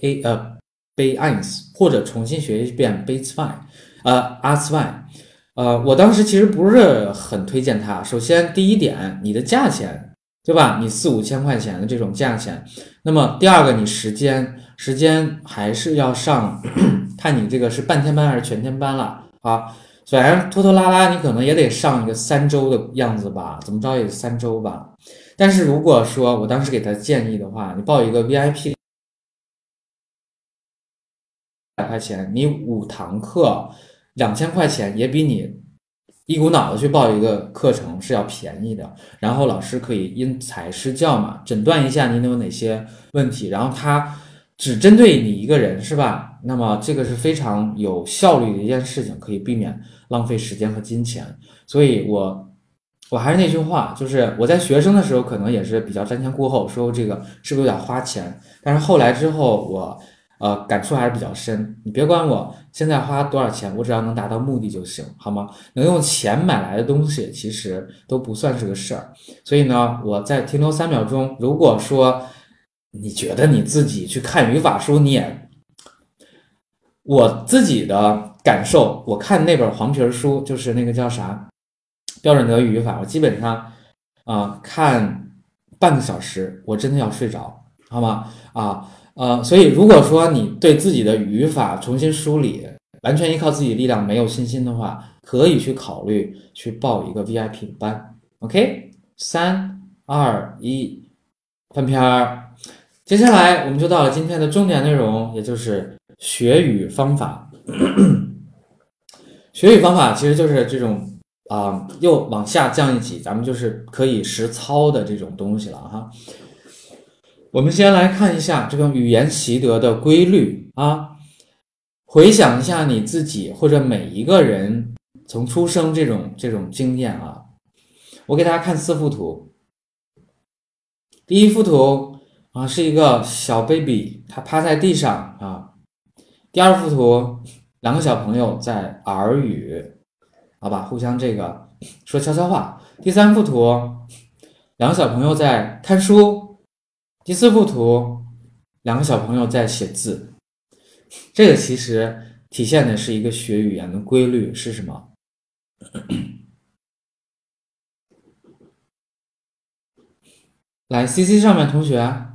B1 或者重新学一遍B2 A2。我当时其实不是很推荐他。首先第一点，你的价钱对吧？你4、5千块钱的这种价钱，那么第二个你时间还是要上看你这个是半天班还是全天班了虽然拖拖拉拉你可能也得上一个3周的样子吧，怎么着也3周吧。但是如果说我当时给他建议的话，你报一个 VIP 100块钱，你5堂课2000块钱也比你一股脑的去报一个课程是要便宜的。然后老师可以因材施教嘛，诊断一下你有哪些问题，然后他只针对你一个人，是吧？那么这个是非常有效率的一件事情，可以避免浪费时间和金钱。所以我还是那句话，就是我在学生的时候可能也是比较瞻前顾后，说这个是不是有点花钱？但是后来之后我感触还是比较深。你别管我现在花多少钱，我只要能达到目的就行，好吗？能用钱买来的东西其实都不算是个事儿。所以呢，我再停留3秒钟。如果说你觉得你自己去看语法书，我自己的感受，我看那本黄皮书，就是那个叫啥标准德语语法，我基本上看半个小时，我真的要睡着，好吗？所以如果说你对自己的语法重新梳理，完全依靠自己力量没有信心的话，可以去考虑去报一个 VIP 的班。OK，3、2、1，翻篇儿。接下来我们就到了今天的重点内容，也就是学语方法。学语方法其实就是这种又往下降一级，咱们就是可以实操的这种东西了哈。我们先来看一下这个语言习得的规律啊，回想一下你自己或者每一个人从出生这种经验啊。我给大家看4幅图，第一幅图是一个小 baby， 他趴在地上啊。第二幅图，2个小朋友在耳语，好吧，互相这个说悄悄话。第3幅图，2个小朋友在看书。第4幅图，2个小朋友在写字。这个其实体现的是一个学语言的规律是什么？来 CC 上面同学，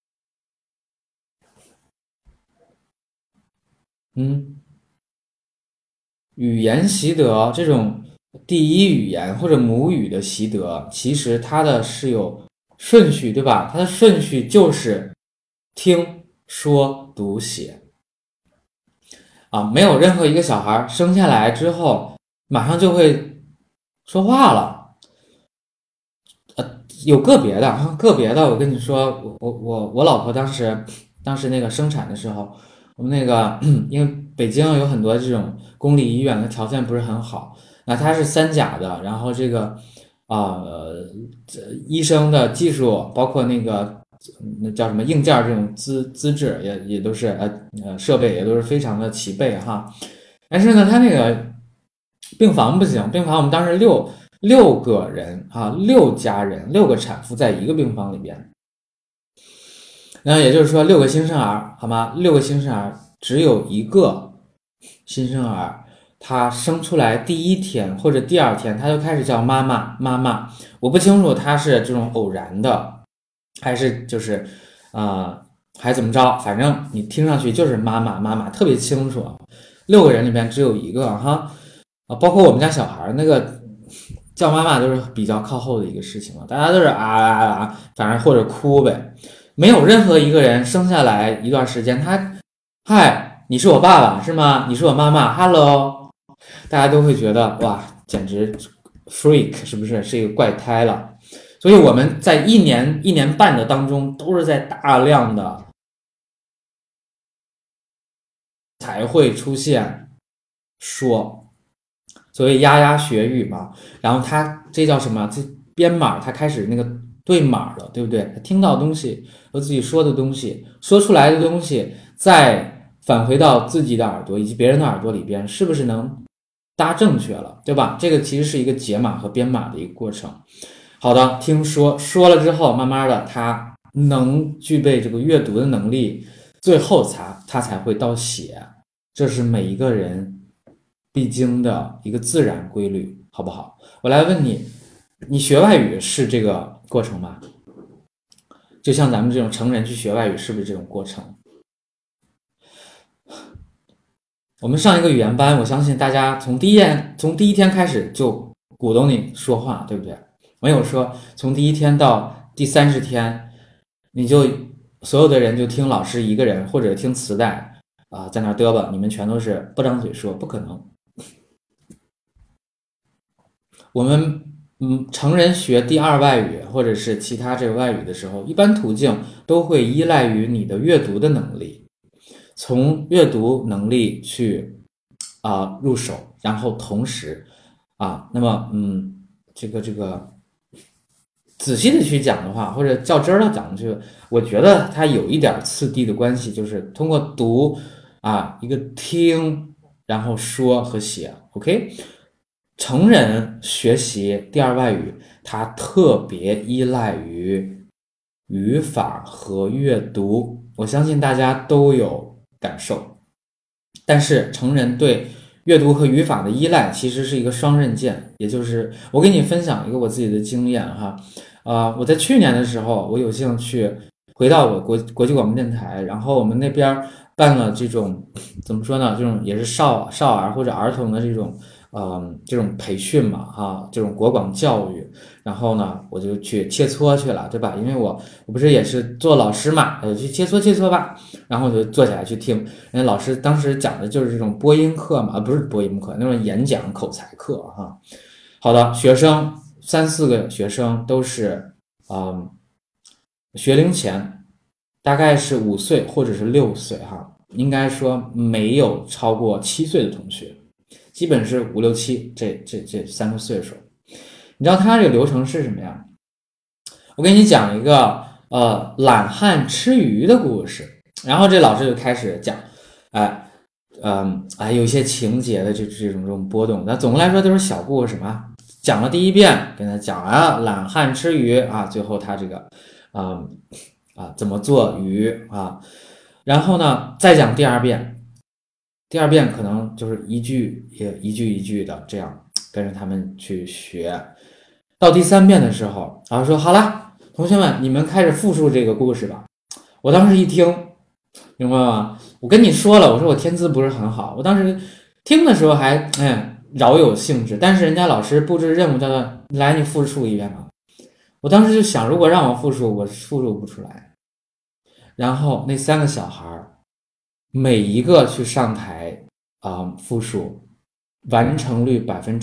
语言习得这种第一语言或者母语的习得，其实它的是有顺序，对吧？它的顺序就是听说读写没有任何一个小孩生下来之后马上就会说话了。有个别的，我跟你说，我老婆当时那个生产的时候，我们那个因为北京有很多这种公立医院的条件不是很好，那它是3甲的，然后这个医生的技术，包括那个那叫什么硬件这种资质也都是设备也都是非常的齐备哈。但是呢，它那个病房不行，病房我们当时六个人6家人，6个产妇在一个病房里边。那也就是说6个新生儿，好吗？6个新生儿只有一个新生儿，他生出来第1天或者第2天，他就开始叫妈妈妈妈。我不清楚他是这种偶然的，还是就是还怎么着，反正你听上去就是妈妈妈妈，特别清楚。6个人里面只有一个包括我们家小孩那个叫妈妈都是比较靠后的一个事情了，大家都是反正或者哭呗。没有任何一个人生下来一段时间，嗨，你是我爸爸是吗？你是我妈妈 ，Hello， 大家都会觉得哇，简直 freak， 是不是？是一个怪胎了。所以我们在1年半的当中，都是在大量的才会出现说，所谓牙牙学语嘛。然后这叫什么？这编码，它开始那个对码了，对不对？他听到的东西和自己说的东西，说出来的东西，再返回到自己的耳朵以及别人的耳朵里边，是不是能搭正确了，对吧？这个其实是一个解码和编码的一个过程。好的，听说了之后，慢慢的他能具备这个阅读的能力，最后他才会到写，这是每一个人必经的一个自然规律，好不好？我来问你，你学外语是这个过程吗？就像咱们这种成人去学外语，是不是这种过程？我们上一个语言班，我相信大家从第一天开始就鼓动你说话，对不对？没有说从第1天到第30天，你就所有的人就听老师一个人或者听磁带在那嘚吧，你们全都是不张嘴说，不可能。我们成人学第二外语或者是其他这个外语的时候，一般途径都会依赖于你的阅读的能力，从阅读能力去入手，然后同时那么这个仔细的去讲的话，或者较真儿的讲去，我觉得它有一点次第的关系，就是通过读一个听，然后说和写。OK， 成人学习第二外语，它特别依赖于语法和阅读，我相信大家都有感受。但是成人对阅读和语法的依赖其实是一个双刃剑，也就是我给你分享一个我自己的经验哈。我在去年的时候，我有幸去回到我国际广播电台，然后我们那边办了这种怎么说呢？这种也是少儿或者儿童的这种培训嘛，这种国广教育。然后呢，我就去切磋去了，对吧？因为我不是也是做老师嘛，去切磋吧。然后我就坐起来去听，人家老师当时讲的就是这种播音课嘛，不是播音课，那种演讲口才课哈。好的，学生3-4个学生都是学龄前，大概是5岁或者是6岁哈，应该说没有超过7岁的同学，基本是5、6、7这3个岁数。你知道他这个流程是什么呀？我给你讲一个懒汉吃鱼的故事，然后这老师就开始讲，有一些情节的这种波动，那总的来说都是小故事嘛。讲了第一遍，跟他讲完懒汉吃鱼最后他这个怎么做鱼然后呢再讲第二遍，可能就是一句一句的这样跟着他们去学。到第3遍的时候，老师说好了，同学们，你们开始复述这个故事吧。我当时一听，明白吗？我跟你说了，我说我天资不是很好，我当时听的时候还饶有兴致，但是人家老师布置任务叫做来你复述一遍吧。我当时就想，如果让我复述，我复述不出来。然后那3个小孩每一个去上台复述，完成率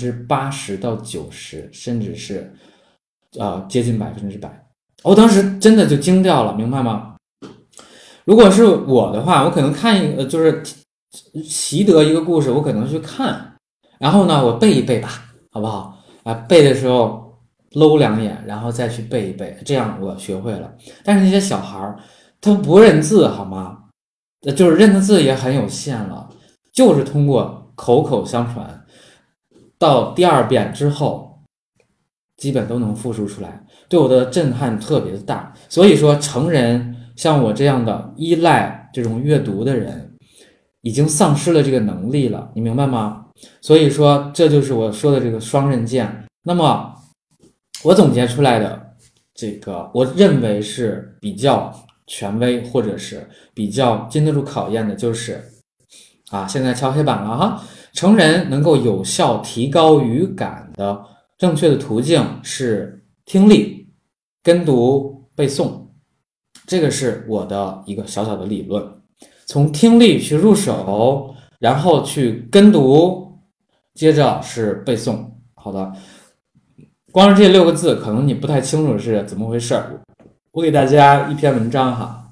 80%到90%，甚至是接近100%。我当时真的就惊掉了，明白吗？如果是我的话，我可能看就是习得一个故事，我可能去看，然后呢我背一背吧，好不好背的时候搂2眼，然后再去背一背，这样我学会了。但是那些小孩他不认字好吗？就是认的字也很有限了，就是通过口相传，到第2遍之后基本都能复述出来，对我的震撼特别的大。所以说成人像我这样的依赖这种阅读的人已经丧失了这个能力了，你明白吗？所以说这就是我说的这个双刃剑。那么我总结出来的这个我认为是比较权威或者是比较经得住考验的，就是现在敲黑板了哈，成人能够有效提高语感的正确的途径是听力、跟读、背诵，这个是我的一个小小的理论。从听力去入手，然后去跟读，接着是背诵。好的，光是这6个字可能你不太清楚是怎么回事，我给大家一篇文章哈。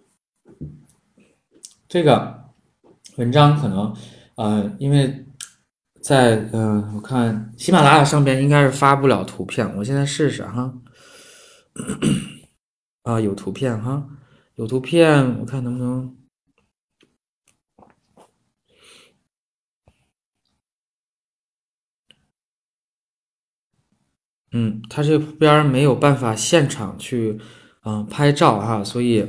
这个文章可能因为在我看喜马拉雅上边应该是发不了图片，我现在试试哈。有图片哈，有图片，我看能不能它这边没有办法现场去拍照哈，所以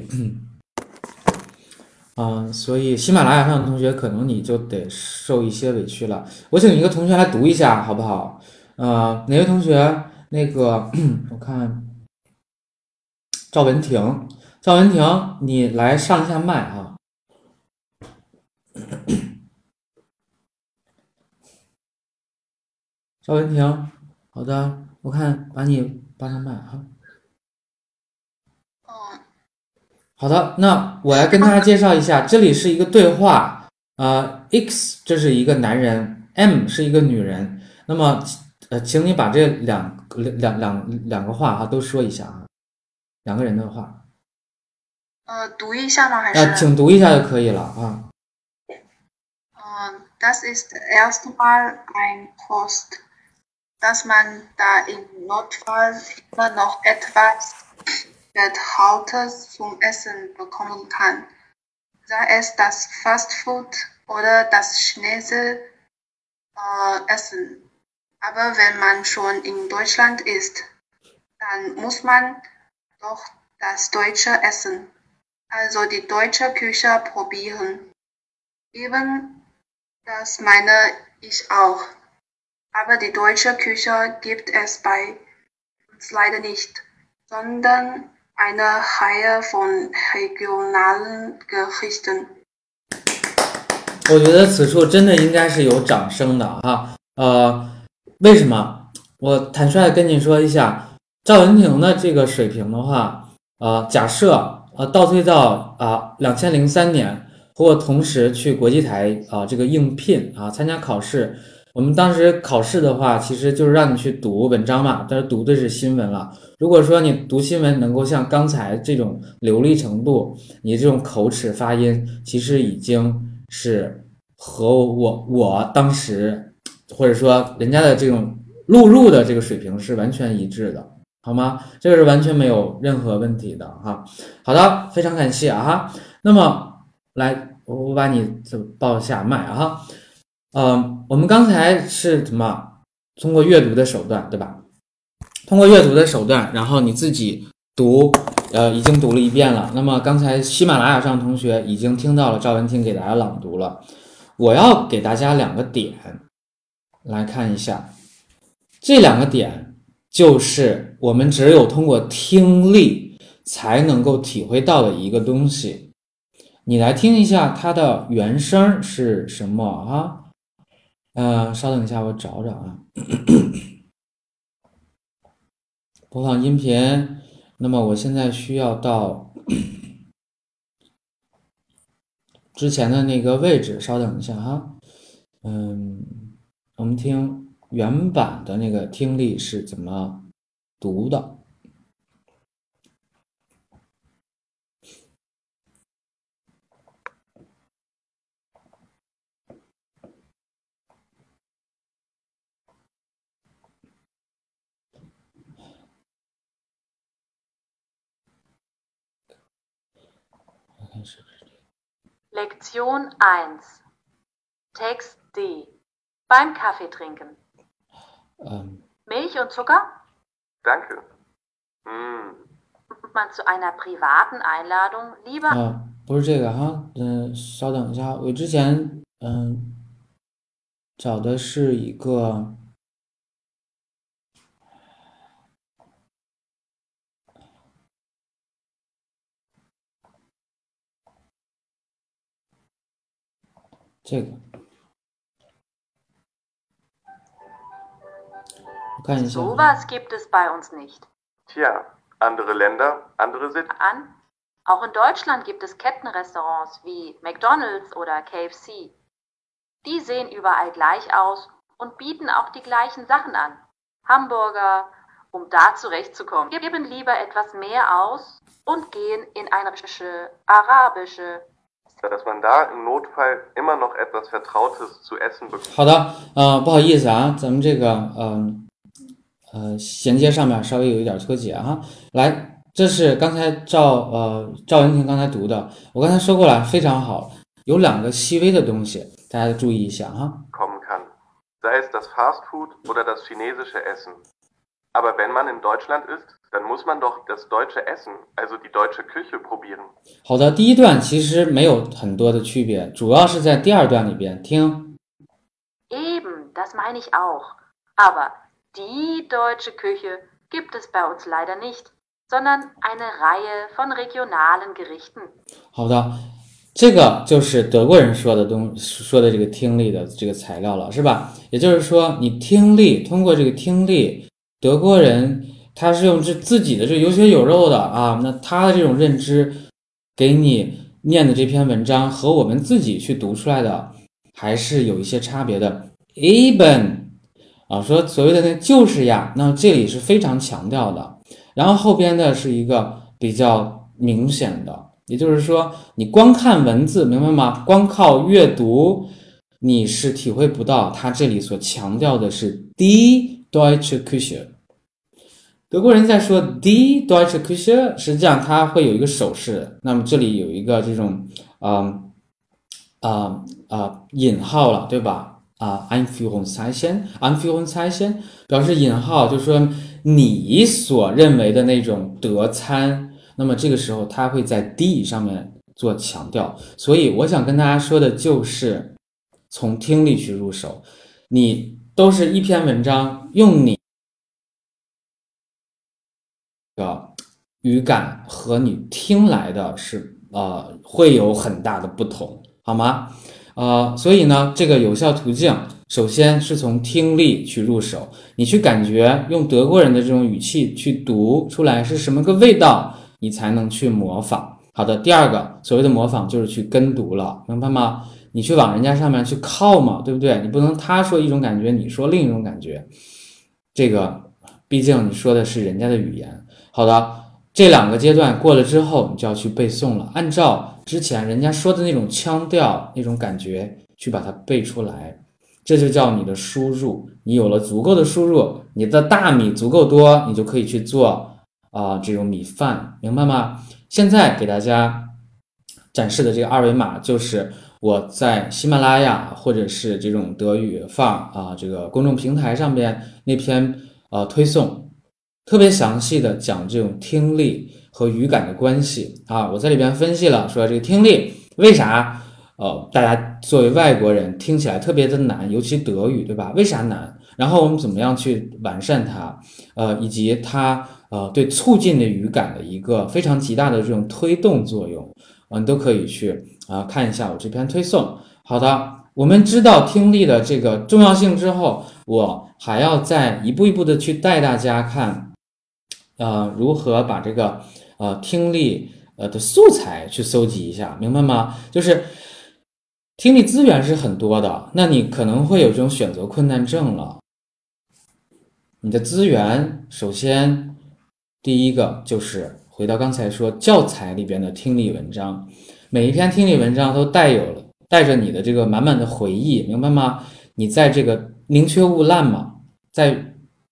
所以喜马拉雅上的同学可能你就得受一些委屈了。我请一个同学来读一下好不好？哪位同学？那个我看赵文婷，你来上一下麦啊。赵文婷，好的，我看把你扒上麦哈。好的，那我来跟大家介绍一下，这里是一个对话，X 这是一个男人，M 是一个女人，那么请你把这两个话哈都说一下啊，两个人的话。 读一下吗？还是？ 请读一下就可以了啊。 Das ist erst mal ein Trost, dass man da im Notfall immer noch etwas Vertrautes zum Essen bekommen kann. Sei es das Fastfood oder das chinesische Essen. Aber wenn man schon in Deutschland ist, dann muss man doch das deutsche Essen, also die deutsche Küche probieren. Eben das meine ich auch. Aber die deutsche Küche gibt es bei uns leider nicht, sondern eine Reihe von regionalen Gerichten. 我觉得此处真的应该是有掌声的哈。为什么？我坦率的跟你说一下，赵文婷的这个水平的话，假设倒退到2003年和我同时去国际台这个应聘参加考试。我们当时考试的话，其实就是让你去读文章嘛，但是读的是新闻了。如果说你读新闻能够像刚才这种流利程度，你这种口齿发音，其实已经是和我当时或者说人家的这种录入的这个水平是完全一致的，好吗？这个是完全没有任何问题的哈。好的，非常感谢啊。那么来，我把你报下麦啊。我们刚才是怎么通过阅读的手段，对吧？通过阅读的手段，然后你自己读，已经读了一遍了。那么刚才喜马拉雅上同学已经听到了赵文婷给大家朗读了。我要给大家两个点来看一下，这两个点就是我们只有通过听力才能够体会到的一个东西。你来听一下它的原声是什么啊？稍等一下，我找找啊。播放音频。那么我现在需要到之前的那个位置，稍等一下哈。我们听原版的那个听力是怎么读的。 Lektion 1 Text D Beim Kaffee trinken. Milch und Zucker? Danke. Man zu einer privaten Einladung lieber... 不是这个哈，稍等一下，我之前找的是一个这个，我看一下。 Sowas gibt es bei uns nicht. Tja, andere Länder, andere Sitten. Auch in Deutschland gibt es Kettenrestaurants wie McDonald's oder KFC. Die sehen überall gleich aus und bieten auch die gleichen Sachen an. Hamburger, um da zurechtzukommen, geben lieber etwas mehr aus und gehen in eine arabische. Dass man da im Notfall immer noch etwas Vertrautes zu essen bekommt. 好的，不好意思啊，咱们这个衔接上面稍微有一点脱节哈。来。这是刚才赵文婷刚才读的，我刚才说过了，非常好。有两个细微的东西，大家注意一下哈。 kommen kann, sei es das Fastfood oder das chinesische Essen. Aber wenn man in Deutschland ist, dann muss man doch das deutsche Essen, also die deutsche Küche probieren. 好的，第一段其实没有很多的区别，主要是在第二段里边听。 Eben, das meine ich auch. Aber die deutsche Küche gibt es bei uns leider nicht.sondern eine Reihe von regionalen Gerichten. 好的，这个就是德国人说的这个听力的这个材料了，是吧？也就是说，你听力通过这个听力，德国人他是用自己的这有血有肉的啊，那他的这种认知给你念的这篇文章和我们自己去读出来的还是有一些差别的。Eben 啊，说所谓的那就是呀，那这里是非常强调的，然后后边的是一个比较明显的，也就是说你光看文字，明白吗？光靠阅读你是体会不到他这里所强调的是 die deutsche Küche。德国人在说 die deutsche Küche， 实际上它会有一个手势，那么这里有一个这种引号了，对吧？Anführungszeichen 表示引号，就是说你所认为的那种德餐，那么这个时候它会在 die 上面做强调。所以我想跟大家说的就是从听力去入手，你都是一篇文章，用你的语感和你听来的是会有很大的不同，好吗？所以呢，这个有效途径首先是从听力去入手，你去感觉用德国人的这种语气去读出来是什么个味道，你才能去模仿。好的，第二个所谓的模仿就是去跟读了，明白吗？你去往人家上面去靠嘛，对不对？你不能他说一种感觉，你说另一种感觉，这个毕竟你说的是人家的语言。好的，这两个阶段过了之后，你就要去背诵了，按照之前人家说的那种腔调、那种感觉去把它背出来，这就叫你的输入。你有了足够的输入，你的大米足够多，你就可以去做这种米饭，明白吗？现在给大家展示的这个二维码就是我在喜马拉雅或者是这种德语放这个公众平台上边那篇推送，特别详细的讲这种听力和语感的关系啊。我在里边分析了，说这个听力为啥大家作为外国人听起来特别的难，尤其德语，对吧？为啥难？然后我们怎么样去完善它？以及它对促进的语感的一个非常极大的这种推动作用，你都可以去看一下我这篇推送。好的，我们知道听力的这个重要性之后，我还要再一步一步的去带大家看，如何把这个听力的素材去搜集一下，明白吗？就是听力资源是很多的，那你可能会有这种选择困难症了。你的资源，首先第一个就是回到刚才说教材里边的听力文章，每一篇听力文章都带着你的这个满满的回忆，明白吗？你在这个宁缺毋滥嘛，在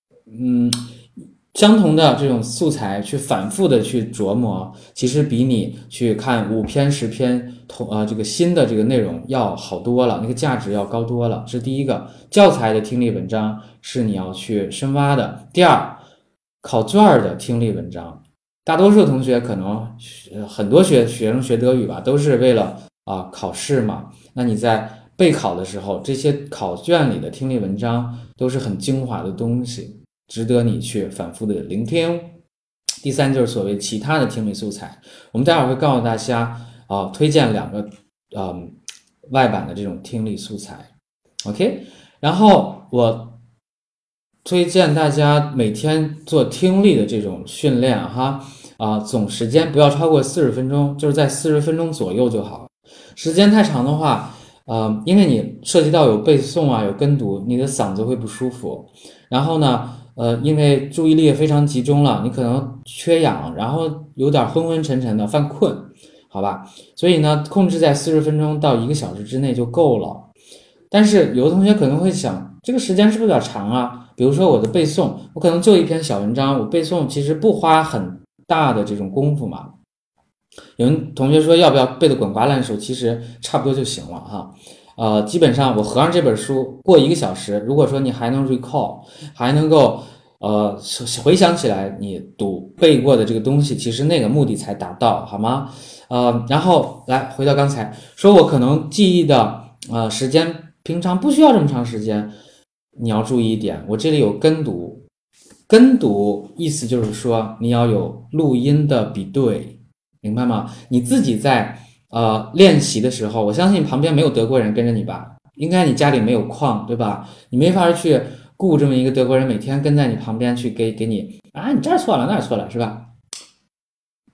相同的这种素材去反复的去琢磨，其实比你去看5篇10篇这个新的这个内容要好多了，那个价值要高多了。这是第一个，教材的听力文章是你要去深挖的。第二，考卷的听力文章，大多数同学可能很多学生学德语吧，都是为了考试嘛。那你在备考的时候，这些考卷里的听力文章都是很精华的东西，值得你去反复的聆听。第三就是所谓其他的听力素材，我们待会儿会告诉大家推荐2个外版的这种听力素材 OK， 然后我推荐大家每天做听力的这种训练总时间不要超过40分钟，就是在40分钟左右就好。时间太长的话因为你涉及到有背诵有跟读，你的嗓子会不舒服。然后呢因为注意力也非常集中了，你可能缺氧，然后有点昏昏沉沉的犯困，好吧？所以呢控制在40分钟到1个小时之内就够了。但是有的同学可能会想，这个时间是不是有点长啊？比如说我的背诵，我可能就一篇小文章，我背诵其实不花很大的这种功夫嘛。有人同学说要不要背得滚瓜烂熟，其实差不多就行了基本上我合上这本书过1个小时，如果说你还能 recall， 还能够回想起来你背过的这个东西，其实那个目的才达到，好吗？然后来回到刚才说，我可能记忆的时间平常不需要这么长时间，你要注意一点，我这里有跟读，跟读意思就是说你要有录音的比对，明白吗？你自己在练习的时候，我相信旁边没有德国人跟着你吧，应该你家里没有矿，对吧？你没法去雇这么一个德国人每天跟在你旁边去给你你这儿错了那儿错了，是吧？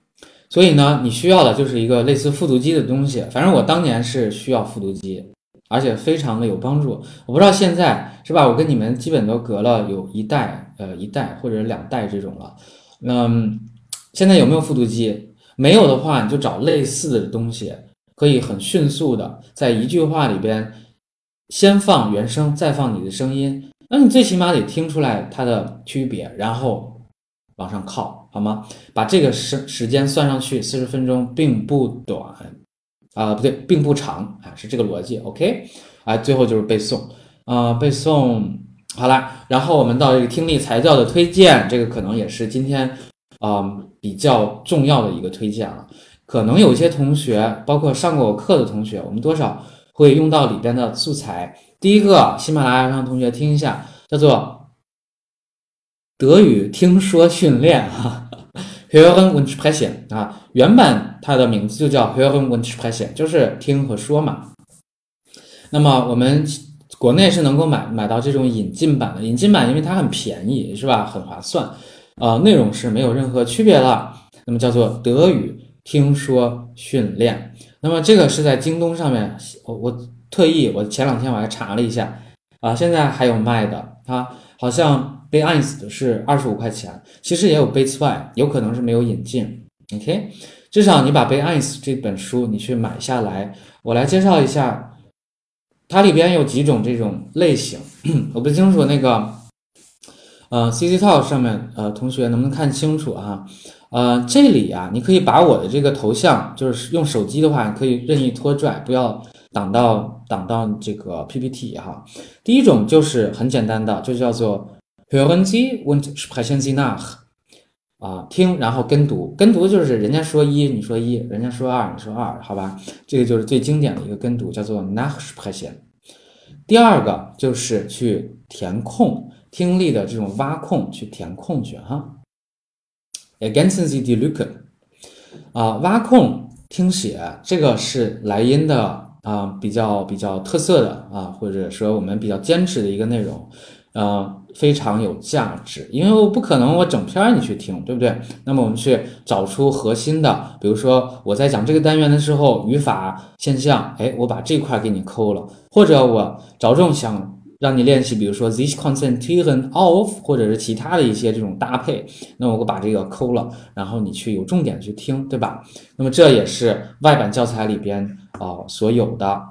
所以呢你需要的就是一个类似复读机的东西，反正我当年是需要复读机而且非常的有帮助。我不知道现在是吧？我跟你们基本都隔了有一代或者2代这种了。现在有没有复读机？没有的话，你就找类似的东西，可以很迅速的在一句话里边先放原声，再放你的声音。那你最起码得听出来它的区别，然后往上靠，好吗？把这个时间算上去，40分钟并不短不对，并不长啊，是这个逻辑。OK， 最后就是背诵背诵好了，然后我们到这个听力才教的推荐，这个可能也是今天比较重要的一个推荐了。可能有些同学，包括上过我课的同学，我们多少会用到里边的素材。第一个，喜马拉雅上同学听一下，叫做德语听说训练Hören und Sprechen 原版它的名字就叫 Hören und Sprechen， 就是听和说嘛。那么我们国内是能够买到这种引进版的，引进版因为它很便宜，是吧？很划算，内容是没有任何区别的。那么叫做德语听说训练。那么这个是在京东上面，我特意我前2天我还查了一下现在还有卖的好像B1的是25块钱，其实也有B2，有可能是没有引进。OK， 至少你把B1这本书你去买下来。我来介绍一下，它里边有几种这种类型，我不清楚那个CC Talk 上面同学能不能看清楚这里你可以把我的这个头像，就是用手机的话，你可以任意拖拽，不要挡到这个 PPT 第一种就是很简单的，就叫做 Hören Sie und sprechen Sie nach 听然后跟读，跟读就是人家说1你说1，人家说2你说2，好吧？这个就是最经典的一个跟读，叫做 Nachsprechen。第二个就是去填空，听力的这种挖空，去填空去Ergänzen Sie die Lücke 挖空听写，这个是莱茵的比较特色的或者说我们比较坚持的一个内容，非常有价值，因为我不可能我整篇你去听，对不对？那么我们去找出核心的，比如说我在讲这个单元的时候，语法现象，我把这块给你抠了，或者我着重想让你练习，比如说 sich konzentrieren auf， 或者是其他的一些这种搭配，那么我把这个抠了，然后你去有重点去听，对吧？那么这也是外版教材里边所有的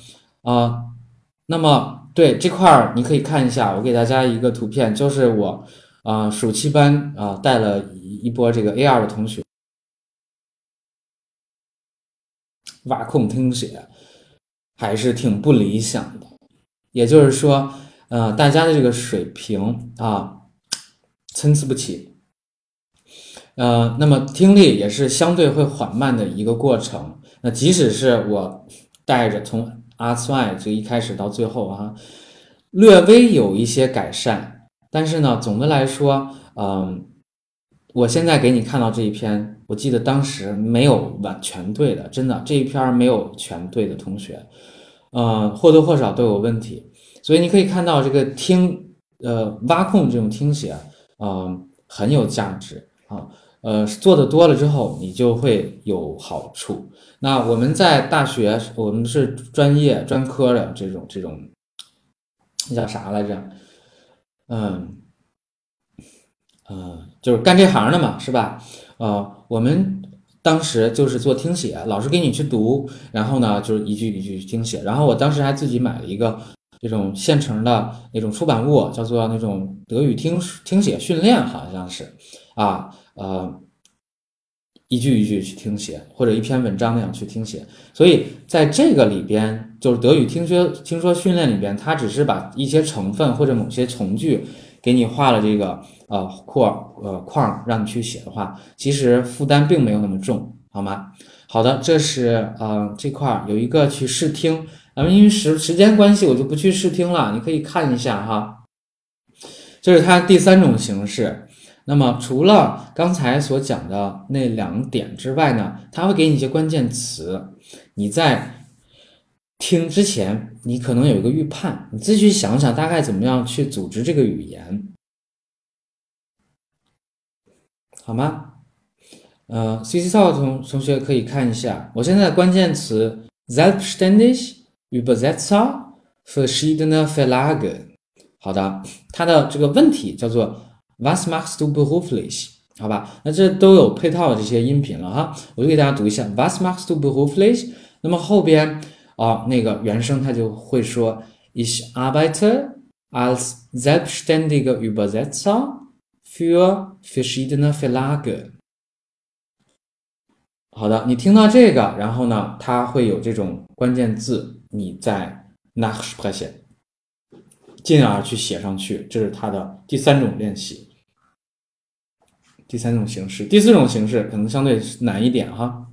那么对这块你可以看一下，我给大家一个图片，就是我暑期班带了一波这个 A2 的同学挖空听写，还是挺不理想的。也就是说，大家的这个水平参差不齐。那么听力也是相对会缓慢的一个过程。那即使是我带着从 R2 就一开始到最后略微有一些改善，但是呢，总的来说，我现在给你看到这一篇，我记得当时没有完全对的，真的这一篇没有全对的同学。或多或少都有问题，所以你可以看到这个挖空这种听写很有价值做的多了之后你就会有好处。那我们在大学我们是专业专科的这种那叫啥来着？就是干这行的嘛，是吧？我们当时就是做听写，老师给你去读，然后呢就是一句一句听写，然后我当时还自己买了一个这种现成的那种出版物，叫做那种德语听写训练，好像是一句一句去听写，或者一篇文章那样去听写。所以在这个里边，就是德语听说训练里边，它只是把一些成分或者某些从句给你画了这个框让你去写的话，其实负担并没有那么重，好吗？好的，这是这块有一个去试听，因为时间关系我就不去试听了，你可以看一下哈。这是它第3种形式。那么除了刚才所讲的那2点之外呢，它会给你一些关键词，你在听之前你可能有一个预判，你自己去想想大概怎么样去组织这个语言，好吗？CC Talk 同学可以看一下，我现在的关键词 selbstständig Übersetzer verschiedener Verlage。好的，它的这个问题叫做 Was machst du beruflich？ 好吧，那这都有配套的这些音频了哈，我就给大家读一下 Was machst du beruflich？ 那么后边那个原声他就会说 Ich arbeite als selbstständiger Übersetzer für verschiedene Verlage。好的，你听到这个，然后呢，它会有这种关键字，你再 nachsprechen， 进而去写上去，这是它的第三种练习，第三种形式。第四种形式可能相对难一点哈。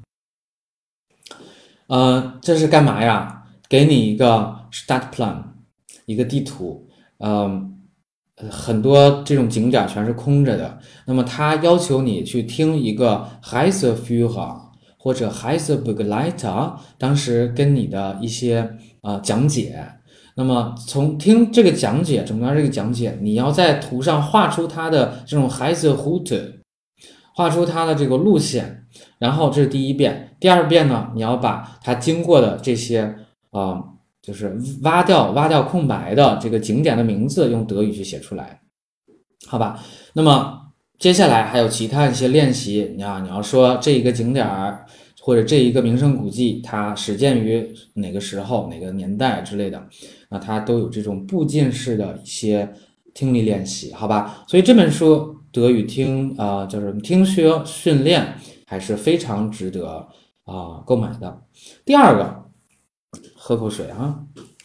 这是干嘛呀？给你一个 Stadtplan， 一个地图，很多这种景点全是空着的，那么它要求你去听一个 Reiseführer 或者 Reisebegleiter 当时跟你的一些讲解，那么从听这个讲解，整段这个讲解，你要在图上画出它的这种 Reiseroute， 画出它的这个路线，然后这是第一遍。第二遍呢，你要把它经过的这些就是挖掉空白的这个景点的名字用德语去写出来，好吧？那么接下来还有其他一些练习，你要说这一个景点或者这一个名胜古迹它始建于哪个时候哪个年代之类的，那它都有这种步进式的一些听力练习，好吧？所以这本书德语就是听学训练还是非常值得购买的。第二个，喝口水啊。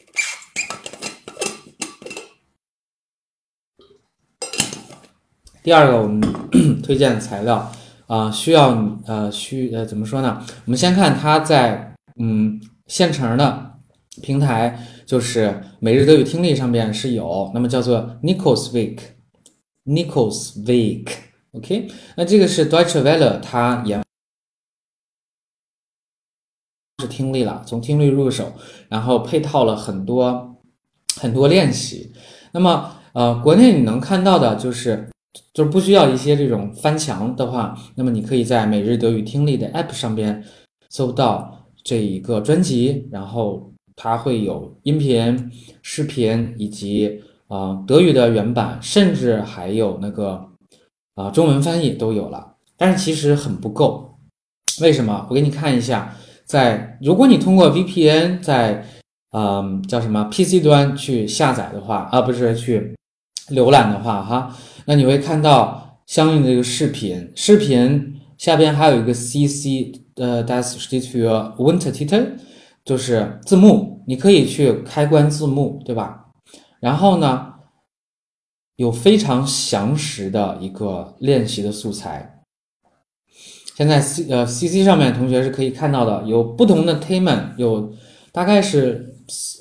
第二个我们推荐的材料怎么说呢？我们先看它在现成的平台，就是每日德语听力上面是有，那么叫做 Nichols-Weg，OK， 那这个是 Deutsche Welle 它研是听力了，从听力入手，然后配套了很多练习。那么国内你能看到的就是不需要一些这种翻墙的话，那么你可以在每日德语听力的 App 上边搜到这一个专辑，然后它会有音频、视频以及德语的原版，甚至还有那个中文翻译都有了，但是其实很不够。为什么？我给你看一下，如果你通过 VPN 在叫什么 PC 端去下载的话，不是去浏览的话哈，那你会看到相应的这个视频下边还有一个 CC，das steht für Untertitel， 就是字幕，你可以去开关字幕，对吧？然后呢，有非常详实的一个练习的素材。现在CC 上面同学是可以看到的，有不同的 Themen， 有大概是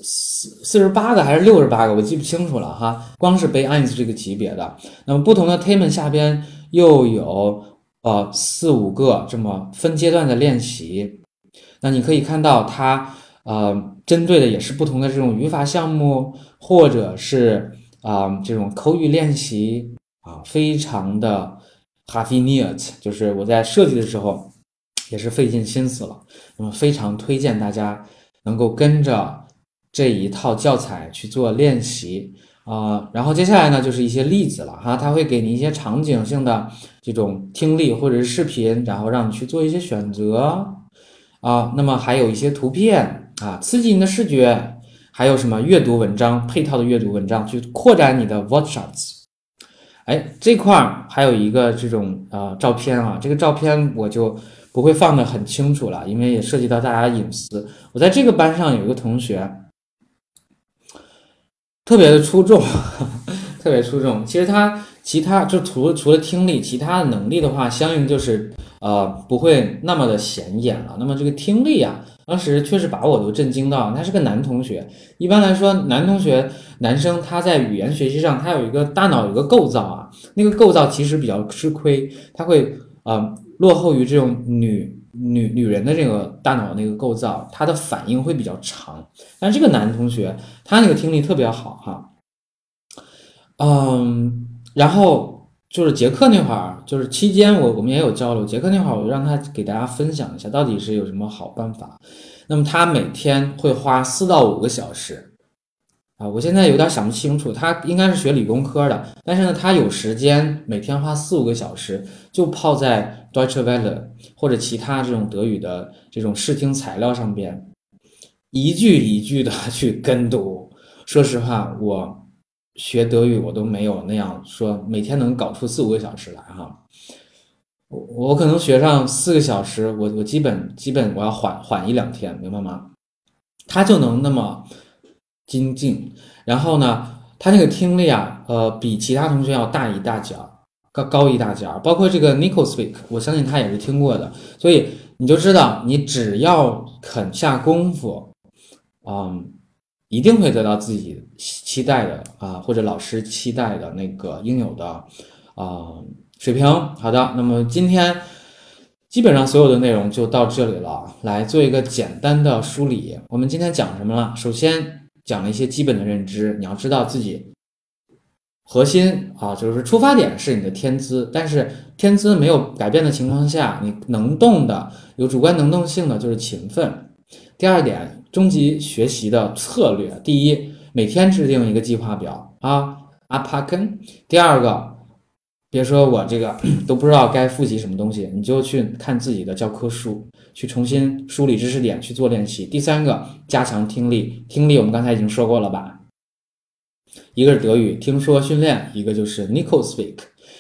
48个还是68个，我记不清楚了哈。光是B1这个级别的，那么不同的 Themen 下边又有4-5个这么分阶段的练习。那你可以看到它针对的也是不同的这种语法项目，或者是这种口语练习非常的raffiniert， 就是我在设计的时候也是费尽心思了。那么非常推荐大家能够跟着这一套教材去做练习然后接下来呢就是一些例子了哈，它会给你一些场景性的这种听力或者是视频，然后让你去做一些选择那么还有一些图片刺激你的视觉，还有什么阅读文章，配套的阅读文章去扩展你的 Wortschatz。这块还有一个这种照片这个照片我就不会放得很清楚了，因为也涉及到大家隐私。我在这个班上有一个同学特别的出众特别出众，其实他其他就除了听力，其他的能力的话相应就是不会那么的显眼了。那么这个听力当时确实把我都震惊到，他是个男同学。一般来说男生他在语言学习上他有一个大脑有一个构造那个构造其实比较吃亏，他会落后于这种女人的这个大脑那个构造，他的反应会比较长。但这个男同学他那个听力特别好然后就是结课那会儿，就是期间我们也有交流，结课那会儿我让他给大家分享一下到底是有什么好办法。 那么他每天会花4到5个小时啊，我现在有点想不清楚，他应该是学理工科的，但是呢，他有时间每天花4、5个小时就泡在 Deutsche Welle 或者其他这种德语的这种视听材料上边，一句一句的去跟读。说实话，我学德语我都没有那样说每天能搞出4、5个小时来哈。我可能学上4个小时，我基本我要缓1、2天，明白吗？他就能那么精进，然后呢，他那个听力啊，比其他同学要大一大截，高一大截，包括这个 Nico Speak， 我相信他也是听过的，所以你就知道，你只要肯下功夫，一定会得到自己期待的或者老师期待的那个应有的水平。好的，那么今天基本上所有的内容就到这里了，来做一个简单的梳理。我们今天讲什么了？首先讲了一些基本的认知，你要知道自己核心就是出发点是你的天资，但是天资没有改变的情况下，你能动的有主观能动性的就是勤奋。第二点，终极学习的策略，第一，每天制定一个计划表阿帕根。第二个，别说我这个都不知道该复习什么东西，你就去看自己的教科书，去重新梳理知识点，去做练习。第三个，加强听力。听力我们刚才已经说过了吧？一个是德语听说训练，一个就是 Nico Speak。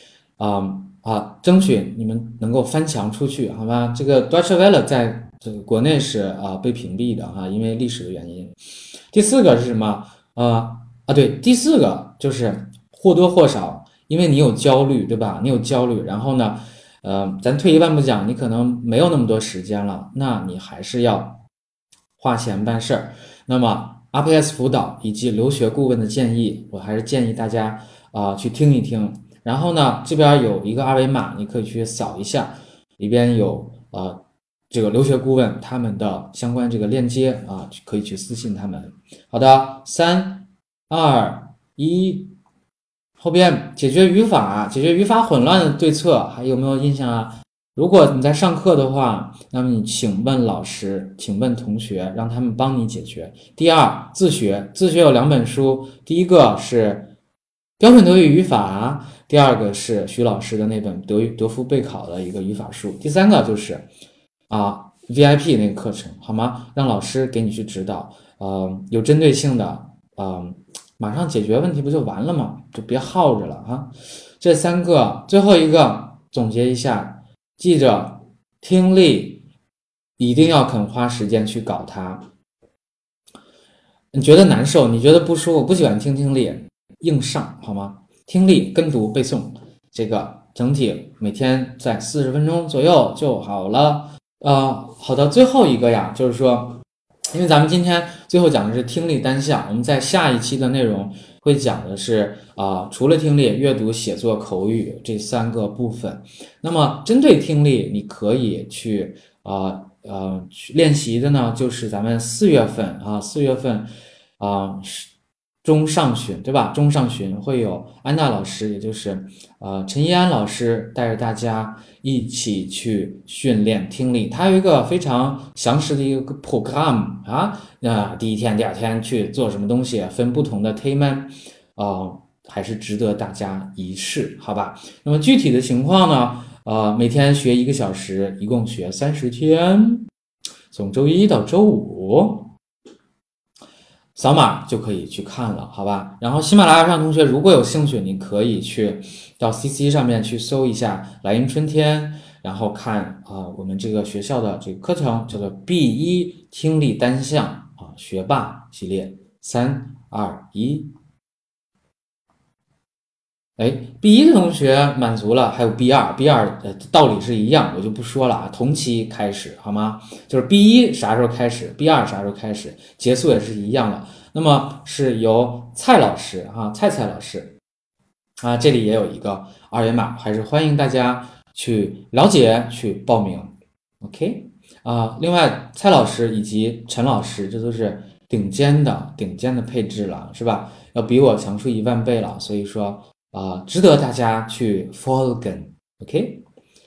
争取你们能够翻墙出去，好吧？这个 Deutsche Welle 在这个国内是被屏蔽的因为历史的原因。第四个是什么？对，第四个就是或多或少，因为你有焦虑，对吧？你有焦虑，然后呢，咱退一万步讲，你可能没有那么多时间了，那你还是要花钱办事儿。那么 RPS 辅导以及留学顾问的建议，我还是建议大家去听一听。然后呢，这边有一个二维码，你可以去扫一下，里边有这个留学顾问他们的相关这个链接可以去私信他们。好的，3、2、1，后边解决语法混乱的对策还有没有印象啊？如果你在上课的话，那么你请问老师，请问同学，让他们帮你解决。第二，自学有2本书，第一个是标准德语语法，第二个是徐老师的那本德福备考的一个语法书，第三个就是VIP 那个课程，好吗？让老师给你去指导，有针对性的，马上解决问题不就完了吗？就别耗着了这3个，最后一个总结一下，记着听力一定要肯花时间去搞它。你觉得难受，你觉得不舒服，不喜欢听力，硬上好吗？听力跟读背诵，这个整体每天在40分钟左右就好了。好的，最后一个呀，就是说，因为咱们今天最后讲的是听力单项，我们在下一期的内容会讲的是除了听力，阅读、写作、口语这3个部分。那么针对听力，你可以去去练习的呢，就是咱们4月份中上旬，对吧？中上旬会有安娜老师，也就是陈一安老师带着大家一起去训练听力。他有一个非常详实的一个 program 第一天、第2天去做什么东西，分不同的 themen，还是值得大家一试，好吧？那么具体的情况呢，每天学1个小时，一共学30天，从周一到周五。扫码就可以去看了，好吧？然后喜马拉雅上同学如果有兴趣，你可以去到 CC 上面去搜一下莱茵春天，然后看我们这个学校的这个课程叫做 B1 听力单项学霸系列。3、2、1。B1 的同学满足了，还有 B2 道理是一样，我就不说了同期开始好吗？就是 B1 啥时候开始， B2 啥时候开始，结束也是一样的。那么是由蔡老师蔡老师这里也有一个二维码，还是欢迎大家去了解去报名。 OK 另外蔡老师以及陈老师这都是顶尖的配置了，是吧？要比我强出1万倍了，所以说值得大家去 follow。 OK，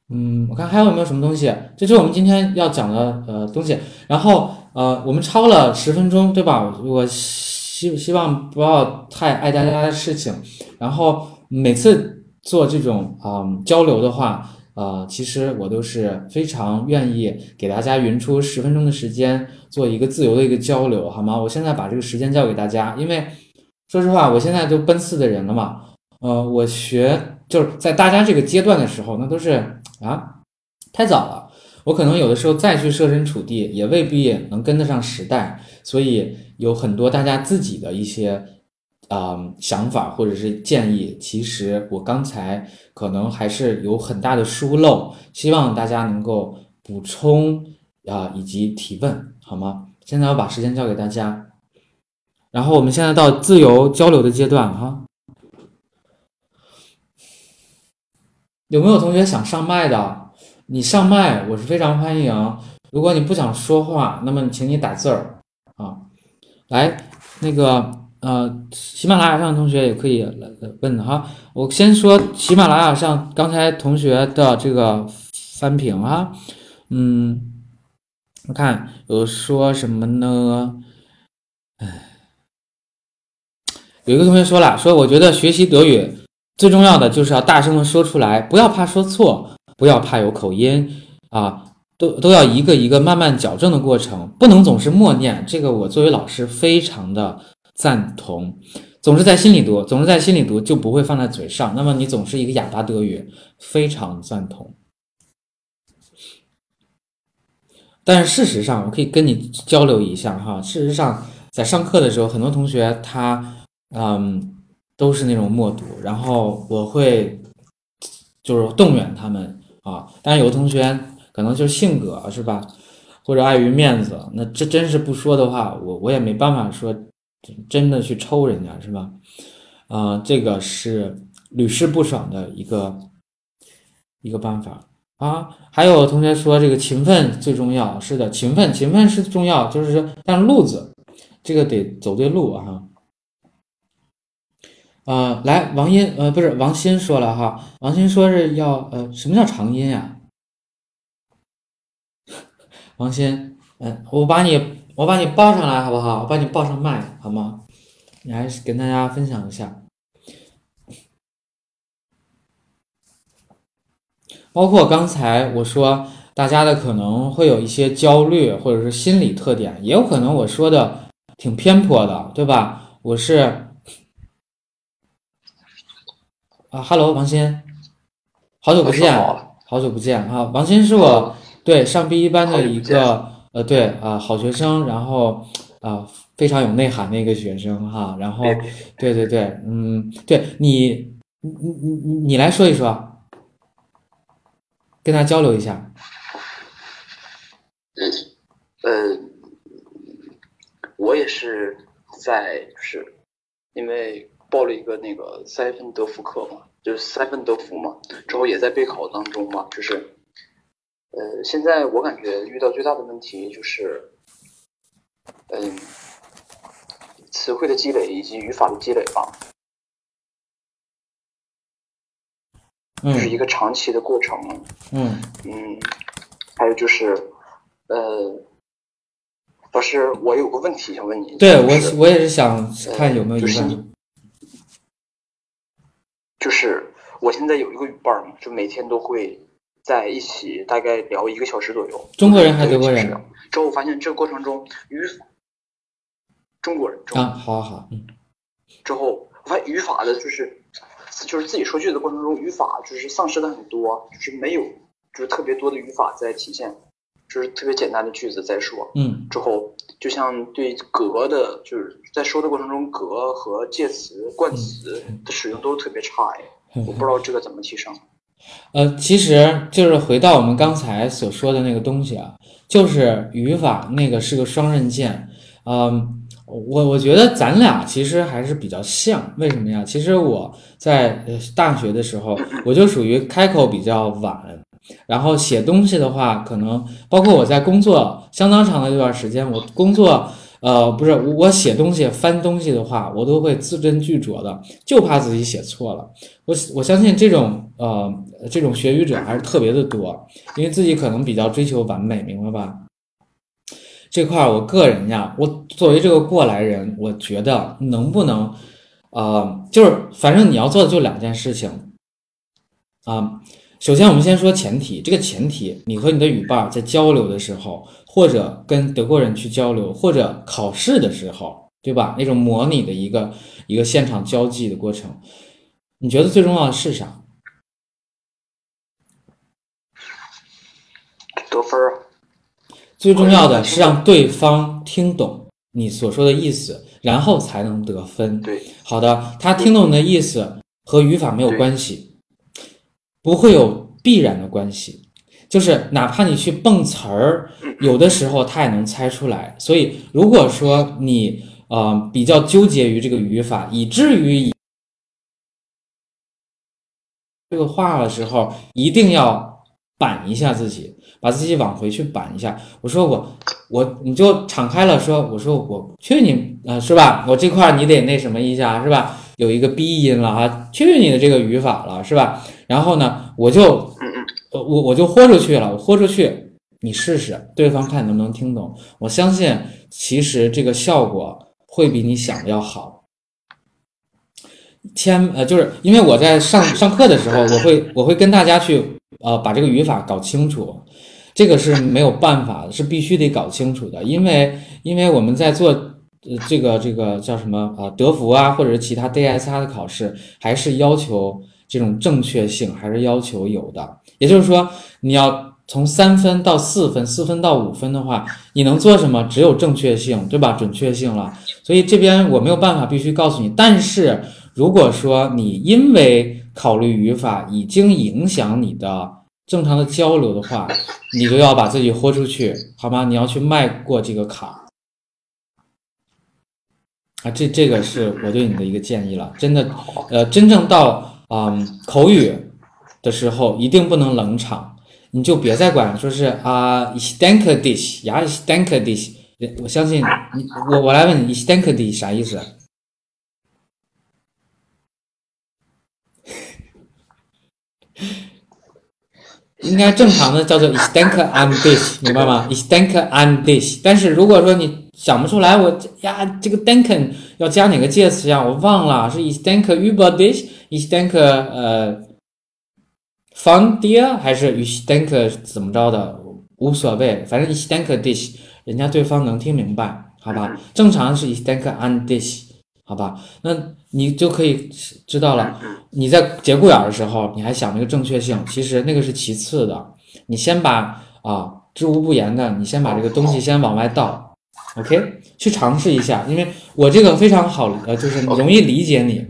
我看还有没有什么东西，这是我们今天要讲的东西。然后我们超了10分钟，对吧？我希望不要太碍大家的事情。然后每次做这种交流的话，其实我都是非常愿意给大家匀出10分钟的时间，做一个自由的一个交流，好吗？我现在把这个时间交给大家，因为说实话，我现在都奔4的人了嘛。我学就是在大家这个阶段的时候，那都是太早了。我可能有的时候再去设身处地，也未必能跟得上时代，所以有很多大家自己的一些想法或者是建议，其实我刚才可能还是有很大的疏漏，希望大家能够补充以及提问，好吗？现在我把时间交给大家，然后我们现在到自由交流的阶段哈。有没有同学想上麦的？你上麦我是非常欢迎。如果你不想说话，那么请你打字儿啊。来，那个喜马拉雅上的同学也可以来问哈。我先说喜马拉雅上刚才同学的这个翻评哈。我看有说什么呢？有一个同学说了，说我觉得学习德语最重要的就是要大声的说出来，不要怕说错，不要怕有口音都要一个一个慢慢矫正的过程，不能总是默念。这个我作为老师非常的赞同。总是在心里读就不会放在嘴上，那么你总是一个哑巴德语，非常赞同。但是事实上，我可以跟你交流一下哈。事实上，在上课的时候，很多同学他都是那种默读，然后我会就是动员他们但是有的同学可能就是性格是吧，或者碍于面子，那这真是不说的话，我也没办法说真的去抽人家是吧？这个是屡试不爽的一个办法还有同学说这个勤奋最重要，是的，勤奋是重要，就是但是路子这个得走对路来，不是王鑫说了哈，王鑫说是要什么叫长音呀？王鑫，我把你报上来好不好？我把你报上麦好吗？你还是跟大家分享一下，包括刚才我说大家的可能会有一些焦虑或者是心理特点，也有可能我说的挺偏颇的，对吧？我是Hello， 王鑫，好久不见王鑫是我对上 B1班的一个好学生，然后非常有内涵的一个学生哈，然后对对你来说一说，跟他交流一下。 我也是就是因为报了一个那个塞芬德福课嘛，就是塞芬德福嘛，之后也在备考当中嘛，就是现在我感觉遇到最大的问题就是词汇的积累以及语法的积累吧，就是一个长期的过程。还有就是老师，我有个问题想问你。 对，我也是想看有没有疑问。 就是我现在有一个语伴嘛，就每天都会在一起大概聊1个小时左右。 中国人还是德国人？ 之后我发现这个过程中中国人。 好。 之后我发现语法的就是自己说句的过程中，语法就是丧失的很多，就是没有就是特别多的语法在体现。就是特别简单的句子在说，之后就像对格的，就是在说的过程中，格和介词、冠词的使用都特别差我不知道这个怎么提升。 其实就是回到我们刚才所说的那个东西就是语法那个是个双刃剑。我觉得咱俩其实还是比较像，为什么呀？其实我在大学的时候，我就属于开口比较晚。然后写东西的话，可能包括我在工作相当长的一段时间，我工作不是我写东西翻东西的话，我都会字斟句酌的，就怕自己写错了。我相信这种学语者还是特别的多，因为自己可能比较追求完美，明白吧？这块我个人呀，我作为这个过来人，我觉得能不能就是反正你要做的就2件事情啊。首先我们先说前提，这个前提你和你的语伴在交流的时候，或者跟德国人去交流，或者考试的时候，对吧？那种模拟的一个现场交际的过程，你觉得最重要的是啥？ 得分啊。 最重要的是让对方听懂你所说的意思，然后才能得分。 对， 好的，他听懂你的意思和语法没有关系，不会有必然的关系，就是哪怕你去蹦词儿，有的时候他也能猜出来。所以如果说你比较纠结于这个语法，以至于这个话的时候，一定要板一下自己，把自己往回去板一下。我说你就敞开了说，我说我去你是吧？我这块你得那什么一下是吧？有一个逼音了哈，去你的这个语法了是吧？然后呢，我就豁出去了，我豁出去，你试试，对方看能不能听懂。我相信其实这个效果会比你想的要好。就是因为我在上课的时候，我会跟大家去把这个语法搞清楚，这个是没有办法的，是必须得搞清楚的，因为我们在做这个叫什么德福啊，或者是其他 DSA 的考试，还是要求这种正确性，还是要求有的。也就是说，你要从3分到4分，4分到5分的话，你能做什么？只有正确性，对吧？准确性了。所以这边我没有办法必须告诉你，但是如果说你因为考虑语法已经影响你的正常的交流的话，你就要把自己豁出去，好吗？你要去迈过这个坎儿啊！这个是我对你的一个建议了，真的，真正到口语的时候，一定不能冷场，你就别再管说是ich denke dich，呀，ich denke dich，我相信你，我来问你，ich denke dich啥意思？应该正常的叫做 ich denke an dich， 明白吗？ ich denke an dich。 但是如果说你想不出来，这个 denken 要加哪个介词呀？我忘了，是 ich denke über dich， ich denke von dir， 还是 ich denke 怎么着的？无所谓，反正 ich denke dich， 人家对方能听明白，好吧？正常是 ich denke an dich， 好吧？那你就可以知道了。你在节骨眼的时候，你还想那个正确性，其实那个是其次的。你先把知无不言的，你先把这个东西先往外倒 ，OK， 去尝试一下，因为我这个非常好，就是容易理解你。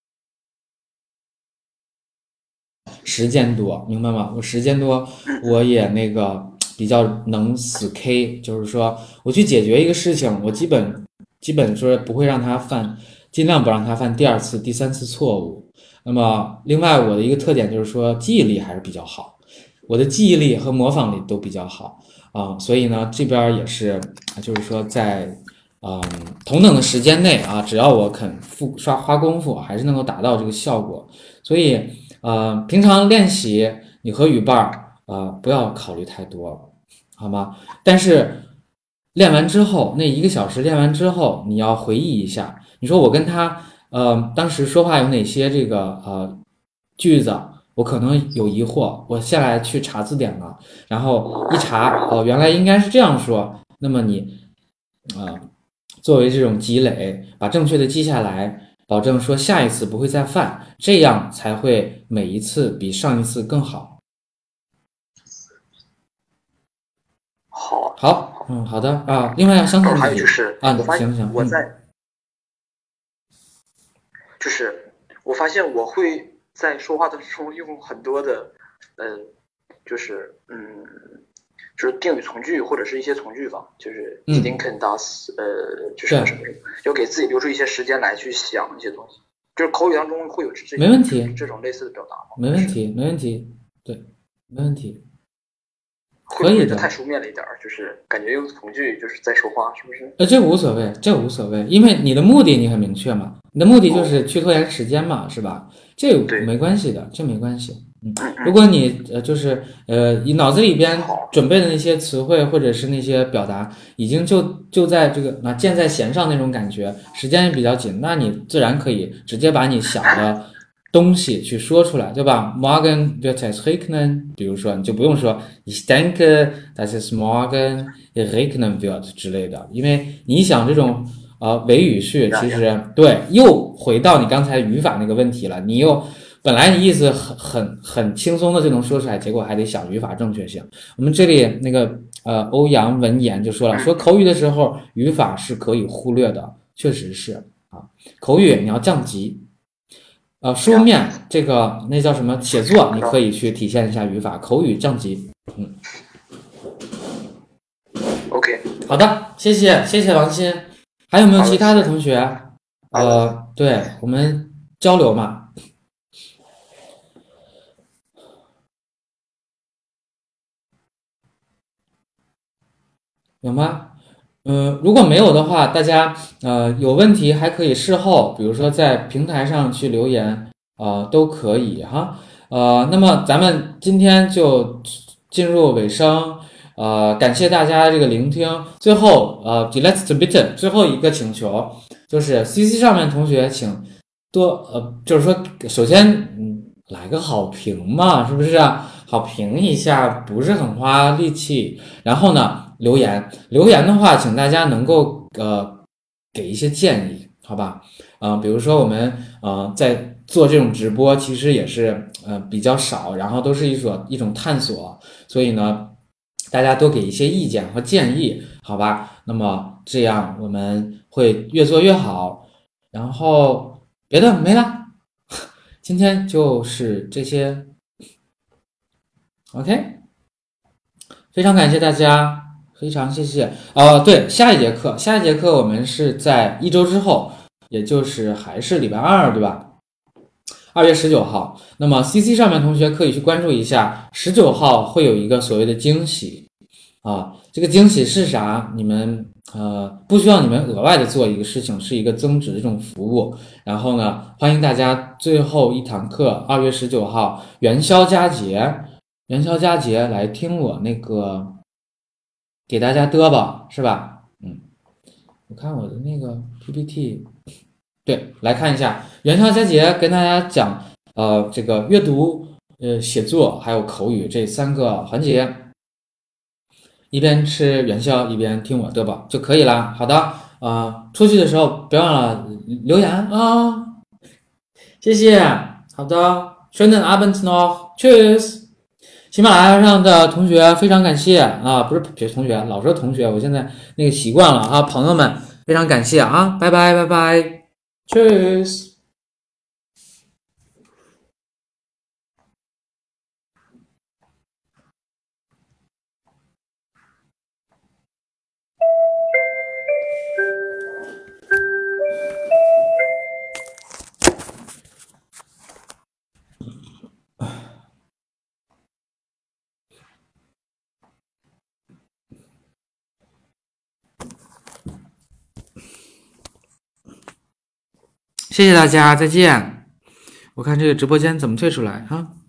时间多，明白吗？我时间多，我也那个比较能死 K， 就是说我去解决一个事情，我基本说不会让他犯，尽量不让他犯第2次、第3次错误。那么另外我的一个特点就是说记忆力还是比较好，我的记忆力和模仿力都比较好所以呢这边也是就是说在同等的时间内只要我肯花功夫，还是能够达到这个效果。所以平常练习你和语伴不要考虑太多，好吗？但是练完之后，那1个小时练完之后，你要回忆一下，你说我跟他当时说话有哪些这个句子，我可能有疑惑，我下来去查字典了，然后一查原来应该是这样说。那么你作为这种积累，把正确的记下来，保证说下一次不会再犯，这样才会每一次比上一次更好。好，好的另外要相信自己。 还有就是我发现行， 我在就是我发现我会在说话当中用很多的就是定语从句或者是一些从句法，就是ich denke das，就是什么什么，就给自己留出一些时间来去想一些东西。就是口语当中会有没问题这种类似的表达吗？ 没问题，对，没问题。 会不会太书面了一点儿？就是感觉用从句就是在说话，是不是？ 这无所谓，这无所谓，因为你的目的你很明确嘛，你的目的就是去拖延时间嘛，是吧？这没关系的，这没关系。如果你你脑子里边准备的那些词汇或者是那些表达，已经就在这个箭在弦上那种感觉，时间也比较紧，那你自然可以直接把你想的东西去说出来，对吧 ？Morgen wird es regnen， 比如说你就不用说 Ich denke, dass es morgen regnen wird 之类的，因为你想这种伪语序，其实对又回到你刚才语法那个问题了，你又。本来你意思很轻松的就能说出来，结果还得想语法正确性。我们这里那个欧阳文言就说了，说口语的时候语法是可以忽略的，确实是啊。口语你要降级，书面这个那叫什么写作，你可以去体现一下语法，口语降级。 OK， 好的，谢谢王鑫，还有没有其他的同学？对我们交流嘛。有吗？如果没有的话，大家有问题还可以事后，比如说在平台上去留言，都可以哈。那么咱们今天就进入尾声，感谢大家这个聆听。最后die letzte Bitte， 最后一个请求就是 CC 上面同学请多就是说首先来个好评嘛，是不是啊？好评一下不是很花力气，然后呢。留言的话，请大家能够给一些建议，好吧？比如说我们在做这种直播，其实也是比较少，然后都是一种探索，所以呢，大家多给一些意见和建议，好吧？那么这样我们会越做越好。然后别的没了，今天就是这些 ，OK， 非常感谢大家。非常谢谢对，下一节课我们是在1周之后，也就是还是礼拜2，对吧？2月19号。那么 CC 上面同学可以去关注一下，19号会有一个所谓的惊喜这个惊喜是啥？你们不需要你们额外的做一个事情，是一个增值的这种服务。然后呢，欢迎大家最后一堂课2月19号元宵佳节来听我那个。给大家嘚吧，是吧？我看我的那个 PPT， 对，来看一下元宵佳节，跟大家讲这个阅读、写作还有口语这3个环节，一边吃元宵一边听我嘚吧就可以了。好的，出去的时候别忘了留言啊，谢谢。好的 ，schönen Abend noch， tschüss。喜马拉雅上的同学非常感谢不是同学，老说同学，我现在那个习惯了朋友们非常感谢拜拜拜拜 ，Cheers。谢谢大家，再见。我看这个直播间怎么退出来